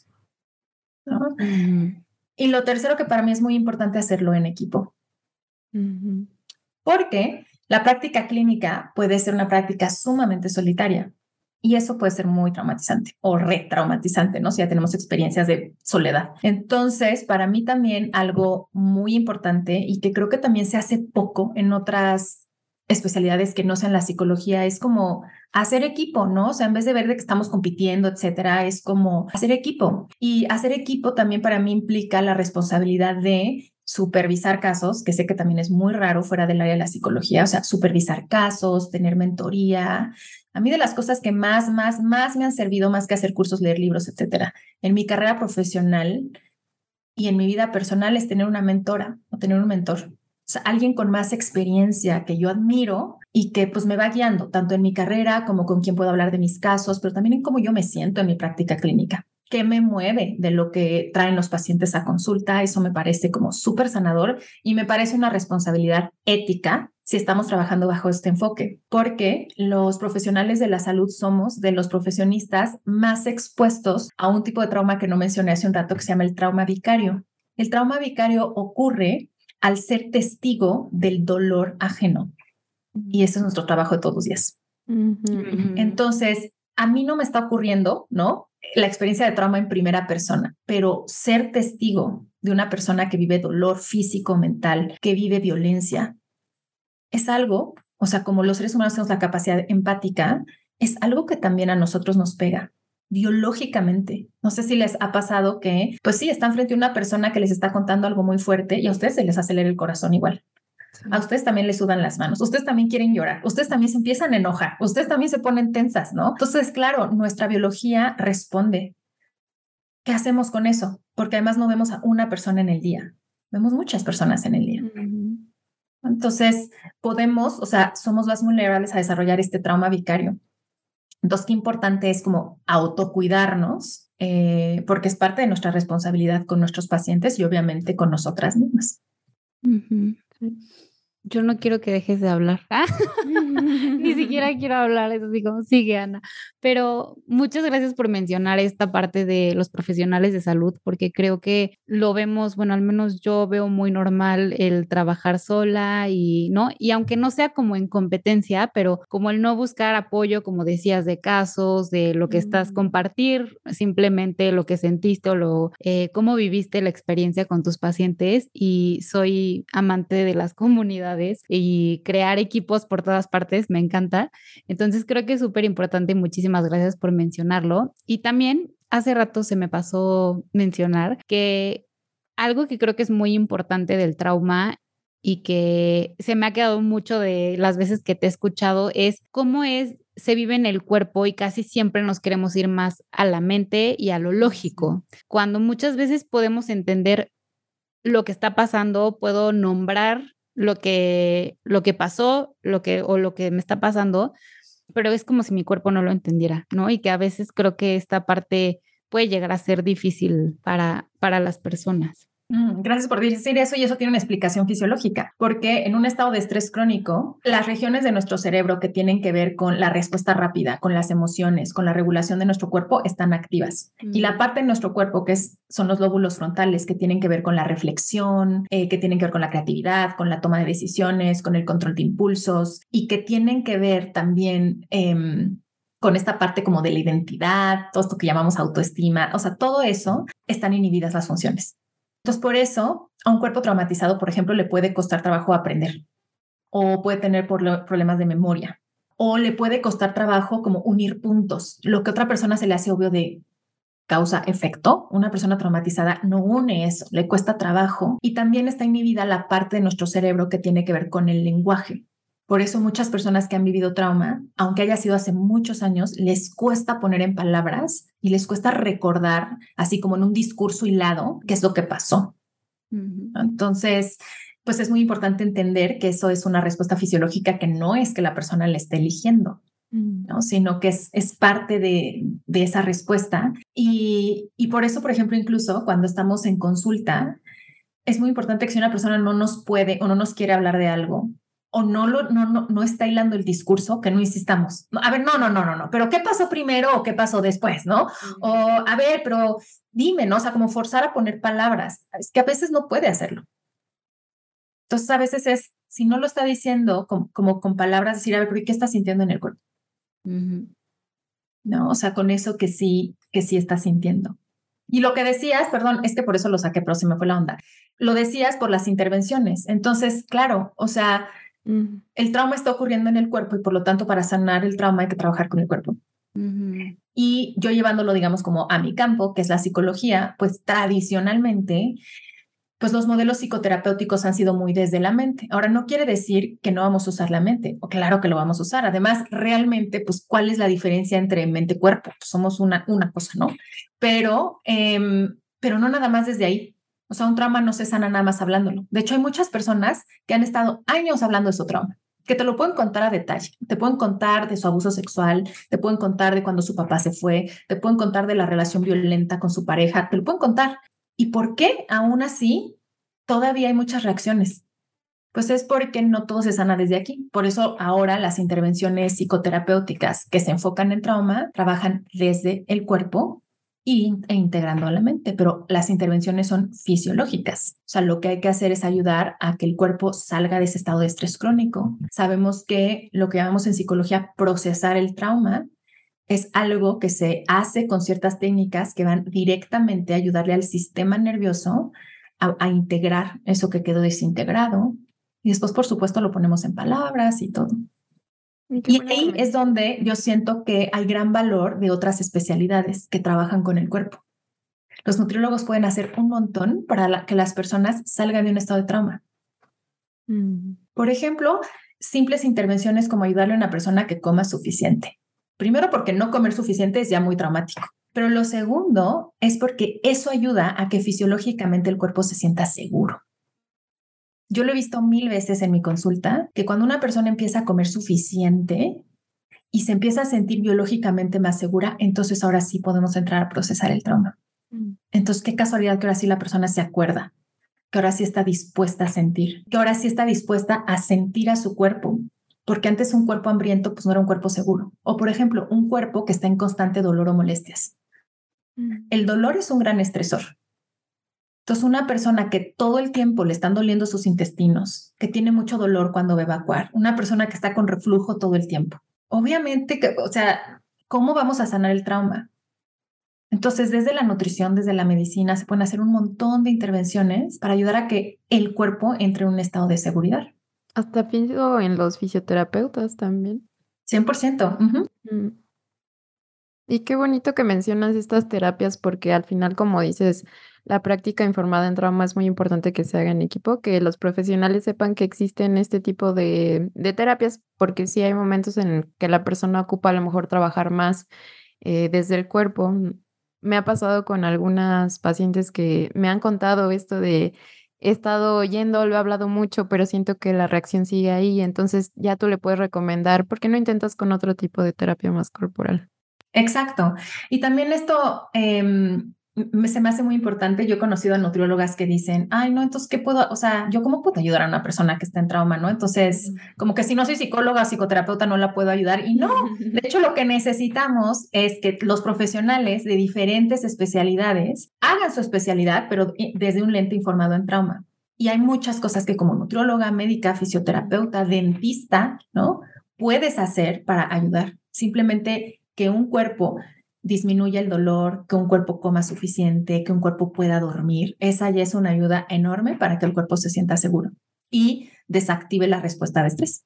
¿No? Uh-huh. Y lo tercero que para mí es muy importante hacerlo en equipo. Uh-huh. Porque la práctica clínica puede ser una práctica sumamente solitaria y eso puede ser muy traumatizante o retraumatizante, ¿no? Si ya tenemos experiencias de soledad. Entonces, para mí también algo muy importante y que creo que también se hace poco en otras especialidades que no sean la psicología es como hacer equipo, ¿no? O sea, en vez de ver de que estamos compitiendo, etcétera, es como hacer equipo. Y hacer equipo también para mí implica la responsabilidad de supervisar casos, que sé que también es muy raro fuera del área de la psicología, o sea, supervisar casos, tener mentoría. A mí de las cosas que más, más, más me han servido, más que hacer cursos, leer libros, etcétera, en mi carrera profesional y en mi vida personal es tener una mentora o tener un mentor. sea, alguien con más experiencia que yo admiro y que pues me va guiando tanto en mi carrera como con quien puedo hablar de mis casos, pero también en cómo yo me siento en mi práctica clínica. ¿Qué me mueve de lo que traen los pacientes a consulta? Eso me parece como súper sanador y me parece una responsabilidad ética si estamos trabajando bajo este enfoque, porque los profesionales de la salud somos de los profesionistas más expuestos a un tipo de trauma que no mencioné hace un rato, que se llama el trauma vicario. El trauma vicario ocurre al ser testigo del dolor ajeno. Y ese es nuestro trabajo de todos los días. Uh-huh. Entonces, a mí no me está ocurriendo, ¿no?, la experiencia de trauma en primera persona, pero ser testigo de una persona que vive dolor físico, mental, que vive violencia, es algo, o sea, como los seres humanos tenemos la capacidad empática, es algo que también a nosotros nos pega biológicamente. No sé si les ha pasado que, pues sí, están frente a una persona que les está contando algo muy fuerte y a ustedes se les acelera el corazón igual. Sí. A ustedes también les sudan las manos, ustedes también quieren llorar, ustedes también se empiezan a enojar, ustedes también se ponen tensas, ¿no? Entonces, claro, nuestra biología responde. ¿Qué hacemos con eso? Porque además no vemos a una persona en el día, vemos muchas personas en el día. Uh-huh. Entonces, podemos, o sea, somos más vulnerables a desarrollar este trauma vicario. Entonces, qué importante es como autocuidarnos, eh, porque es parte de nuestra responsabilidad con nuestros pacientes y obviamente con nosotras mismas. Uh-huh. Yo no quiero que dejes de hablar. Ni siquiera quiero hablar, es así como, sigue, Ana. Pero muchas gracias por mencionar esta parte de los profesionales de salud, porque creo que lo vemos, bueno, al menos yo veo muy normal el trabajar sola y, ¿no? Y aunque no sea como en competencia, pero como el no buscar apoyo, como decías, de casos, de lo que estás, compartir simplemente lo que sentiste o lo, eh, cómo viviste la experiencia con tus pacientes, y soy amante de las comunidades y crear equipos por todas partes, me encanta. Entonces creo que es súper importante y muchísimas gracias por mencionarlo. Y también hace rato se me pasó mencionar que algo que creo que es muy importante del trauma y que se me ha quedado mucho de las veces que te he escuchado es cómo es, se vive en el cuerpo, y casi siempre nos queremos ir más a la mente y a lo lógico, cuando muchas veces podemos entender lo que está pasando, puedo nombrar lo que, lo que pasó, lo que, o lo que me está pasando, pero es como si mi cuerpo no lo entendiera, ¿no? Y que a veces creo que esta parte puede llegar a ser difícil para, para las personas. Mm, gracias por decir eso, y eso tiene una explicación fisiológica, porque en un estado de estrés crónico, las regiones de nuestro cerebro que tienen que ver con la respuesta rápida, con las emociones, con la regulación de nuestro cuerpo, están activas. Mm. Y la parte de nuestro cuerpo que es, son los lóbulos frontales, que tienen que ver con la reflexión, eh, que tienen que ver con la creatividad, con la toma de decisiones, con el control de impulsos, y que tienen que ver también eh, con esta parte como de la identidad, todo esto que llamamos autoestima, o sea, todo eso, están inhibidas las funciones. Entonces, por eso, a un cuerpo traumatizado, por ejemplo, le puede costar trabajo aprender, o puede tener problemas de memoria, o le puede costar trabajo como unir puntos. Lo que a otra persona se le hace obvio de causa-efecto, una persona traumatizada no une eso, le cuesta trabajo, y también está inhibida la parte de nuestro cerebro que tiene que ver con el lenguaje. Por eso muchas personas que han vivido trauma, aunque haya sido hace muchos años, les cuesta poner en palabras y les cuesta recordar, así como en un discurso hilado, qué es lo que pasó. Uh-huh. Entonces, pues es muy importante entender que eso es una respuesta fisiológica, que no es que la persona le esté eligiendo, uh-huh, ¿no? Sino que es, es parte de, de esa respuesta. Y, y por eso, por ejemplo, incluso cuando estamos en consulta, es muy importante que si una persona no nos puede o no nos quiere hablar de algo, o no, lo, no, no, no está hilando el discurso, que no insistamos. A ver, no, no, no, no, no, pero ¿qué pasó primero o qué pasó después, no? Uh-huh. O, a ver, pero dime, ¿no? O sea, como forzar a poner palabras. Es que a veces no puede hacerlo. Entonces, a veces es, si no lo está diciendo como, como con palabras, decir, a ver, pero ¿qué está sintiendo en el cuerpo? Uh-huh. No, o sea, con eso que sí, que sí está sintiendo. Y lo que decías, perdón, es que por eso lo saqué, pero se me fue la onda. Lo decías por las intervenciones. Entonces, claro, o sea, Uh-huh. el trauma está ocurriendo en el cuerpo, y por lo tanto para sanar el trauma hay que trabajar con el cuerpo. Uh-huh. Y yo llevándolo, digamos, como a mi campo, que es la psicología, pues tradicionalmente, pues los modelos psicoterapéuticos han sido muy desde la mente. Ahora, no quiere decir que no vamos a usar la mente, o claro que lo vamos a usar. Además, realmente, pues, ¿cuál es la diferencia entre mente y cuerpo? Pues somos una, una cosa, ¿no? Pero, eh, pero no nada más desde ahí. O sea, un trauma no se sana nada más hablándolo. De hecho, hay muchas personas que han estado años hablando de su trauma, que te lo pueden contar a detalle. Te pueden contar de su abuso sexual, te pueden contar de cuando su papá se fue, te pueden contar de la relación violenta con su pareja, te lo pueden contar. ¿Y por qué aún así todavía hay muchas reacciones? Pues es porque no todo se sana desde aquí. Por eso ahora las intervenciones psicoterapéuticas que se enfocan en trauma trabajan desde el cuerpo y, e integrando a la mente, pero las intervenciones son fisiológicas. O sea, lo que hay que hacer es ayudar a que el cuerpo salga de ese estado de estrés crónico. Sabemos que lo que llamamos en psicología procesar el trauma es algo que se hace con ciertas técnicas que van directamente a ayudarle al sistema nervioso a, a integrar eso que quedó desintegrado. Y después, por supuesto, lo ponemos en palabras y todo. Y ahí es donde yo siento que hay gran valor de otras especialidades que trabajan con el cuerpo. Los nutriólogos pueden hacer un montón para la, que las personas salgan de un estado de trauma. Mm. Por ejemplo, simples intervenciones como ayudarle a una persona que coma suficiente. Primero, porque no comer suficiente es ya muy traumático. Pero lo segundo es porque eso ayuda a que fisiológicamente el cuerpo se sienta seguro. Yo lo he visto mil veces en mi consulta, que cuando una persona empieza a comer suficiente y se empieza a sentir biológicamente más segura, entonces ahora sí podemos entrar a procesar el trauma. Mm. Entonces, qué casualidad que ahora sí la persona se acuerda, que ahora sí está dispuesta a sentir, que ahora sí está dispuesta a sentir a su cuerpo, porque antes un cuerpo hambriento pues no era un cuerpo seguro. O, por ejemplo, un cuerpo que está en constante dolor o molestias. Mm. El dolor es un gran estresor. Entonces, una persona que todo el tiempo le están doliendo sus intestinos, que tiene mucho dolor cuando va a evacuar, una persona que está con reflujo todo el tiempo. Obviamente, que, o sea, ¿cómo vamos a sanar el trauma? Entonces, desde la nutrición, desde la medicina, se pueden hacer un montón de intervenciones para ayudar a que el cuerpo entre en un estado de seguridad. Hasta pienso en los fisioterapeutas también. cien por ciento. Uh-huh. Mm. Y qué bonito que mencionas estas terapias porque al final, como dices, la práctica informada en trauma es muy importante que se haga en equipo, que los profesionales sepan que existen este tipo de, de terapias, porque sí hay momentos en que la persona ocupa a lo mejor trabajar más eh, desde el cuerpo. Me ha pasado con algunas pacientes que me han contado esto de he estado oyendo, lo he hablado mucho, pero siento que la reacción sigue ahí, entonces ya tú le puedes recomendar, ¿por qué no intentas con otro tipo de terapia más corporal? Exacto. Y también esto eh, me, se me hace muy importante. Yo he conocido a nutriólogas que dicen, ay, no, entonces, ¿qué puedo? O sea, ¿yo cómo puedo ayudar a una persona que está en trauma, no? Entonces, como que si no soy psicóloga o psicoterapeuta no la puedo ayudar. Y no, de hecho, lo que necesitamos es que los profesionales de diferentes especialidades hagan su especialidad, pero desde un lente informado en trauma. Y hay muchas cosas que como nutrióloga, médica, fisioterapeuta, dentista, ¿no? Puedes hacer para ayudar. Simplemente que un cuerpo disminuya el dolor, que un cuerpo coma suficiente, que un cuerpo pueda dormir. Esa ya es una ayuda enorme para que el cuerpo se sienta seguro y desactive la respuesta de estrés.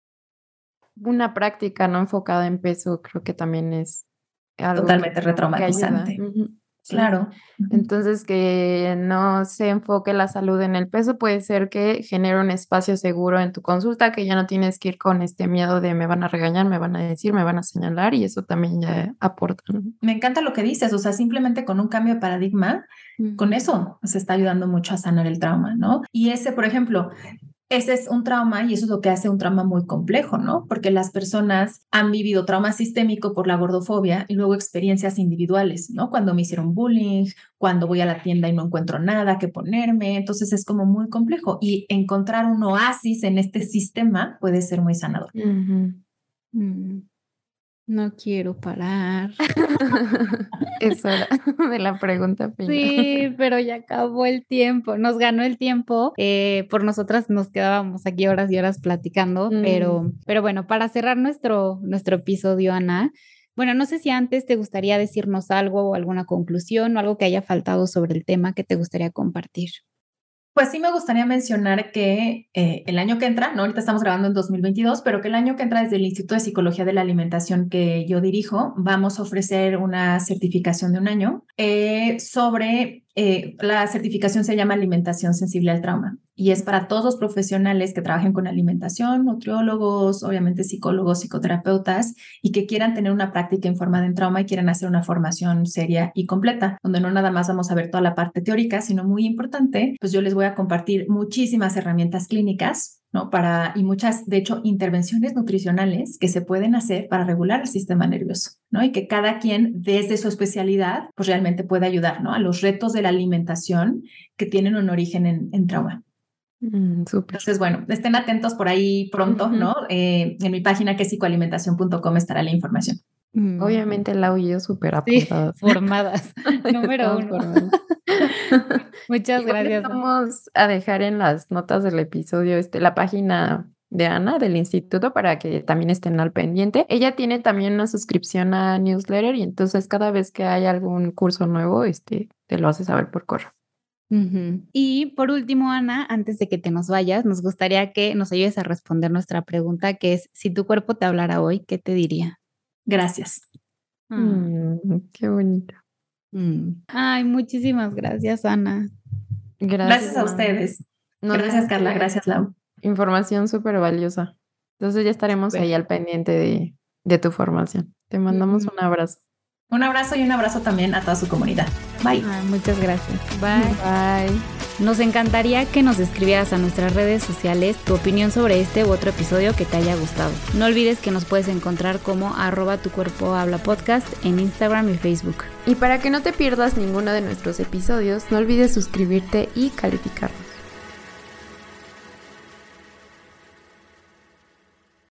Una práctica no enfocada en peso creo que también es algo totalmente que, retraumatizante. Que ayuda. Uh-huh. Sí. Claro. Entonces, que no se enfoque la salud en el peso puede ser que genere un espacio seguro en tu consulta, que ya no tienes que ir con este miedo de me van a regañar, me van a decir, me van a señalar, y eso también ya aporta, ¿no? Me encanta lo que dices, o sea, simplemente con un cambio de paradigma, uh-huh. con eso se está ayudando mucho a sanar el trauma, ¿no? Y ese, por ejemplo, ese es un trauma y eso es lo que hace un trauma muy complejo, ¿no? Porque las personas han vivido trauma sistémico por la gordofobia y luego experiencias individuales, ¿no? Cuando me hicieron bullying, cuando voy a la tienda y no encuentro nada que ponerme, entonces es como muy complejo y encontrar un oasis en este sistema puede ser muy sanador. Uh-huh. Mm. No quiero parar. Es hora de la pregunta final. Sí, pero ya acabó el tiempo, nos ganó el tiempo. Eh, por nosotras nos quedábamos aquí horas y horas platicando, mm. pero, pero bueno, para cerrar nuestro, nuestro episodio, Ana, bueno, no sé si antes te gustaría decirnos algo o alguna conclusión o algo que haya faltado sobre el tema que te gustaría compartir. Pues sí me gustaría mencionar que eh, el año que entra, ¿no? Ahorita estamos grabando en dos mil veintidós, pero que el año que entra desde el Instituto de Psicología de la Alimentación que yo dirijo, vamos a ofrecer una certificación de un año eh, sobre eh, la certificación se llama Alimentación Sensible al Trauma y es para todos los profesionales que trabajen con alimentación, nutriólogos, obviamente psicólogos, psicoterapeutas y que quieran tener una práctica informada en trauma y quieran hacer una formación seria y completa, donde no nada más vamos a ver toda la parte teórica, sino muy importante, pues yo les voy a compartir muchísimas herramientas clínicas, ¿no? Para, y muchas, de hecho, intervenciones nutricionales que se pueden hacer para regular el sistema nervioso, ¿no? Y que cada quien, desde su especialidad, pues realmente puede ayudar, ¿no? A los retos de la alimentación que tienen un origen en, en trauma. Mm, súper. Entonces, bueno, estén atentos por ahí pronto, uh-huh. ¿no? Eh, en mi página que es psicoalimentación punto com estará la información. Mm. Obviamente la y yo súper apuntadas. Sí, formadas. Número uno. Formadas. Muchas Igual gracias. Vamos a dejar en las notas del episodio este, la página de Ana del instituto para que también estén al pendiente. Ella tiene también una suscripción a newsletter y entonces cada vez que hay algún curso nuevo, este, te lo hace saber por correo. Uh-huh. Y por último, Ana, antes de que te nos vayas, nos gustaría que nos ayudes a responder nuestra pregunta, que es, si tu cuerpo te hablara hoy, ¿qué te diría? Gracias. Mm, qué bonito. Mm. Ay, muchísimas gracias, Ana. Gracias, gracias a ustedes. No, gracias, Carla. Gracias, Lau. Información súper valiosa. Entonces ya estaremos super. ahí al pendiente de, de tu formación. Te mandamos mm. un abrazo. Un abrazo y un abrazo también a toda su comunidad. Bye. Ay, muchas gracias. Bye. Bye. Nos encantaría que nos escribieras a nuestras redes sociales tu opinión sobre este u otro episodio que te haya gustado. No olvides que nos puedes encontrar como arroba tu cuerpo habla podcast en Instagram y Facebook. Y para que no te pierdas ninguno de nuestros episodios, no olvides suscribirte y calificarnos.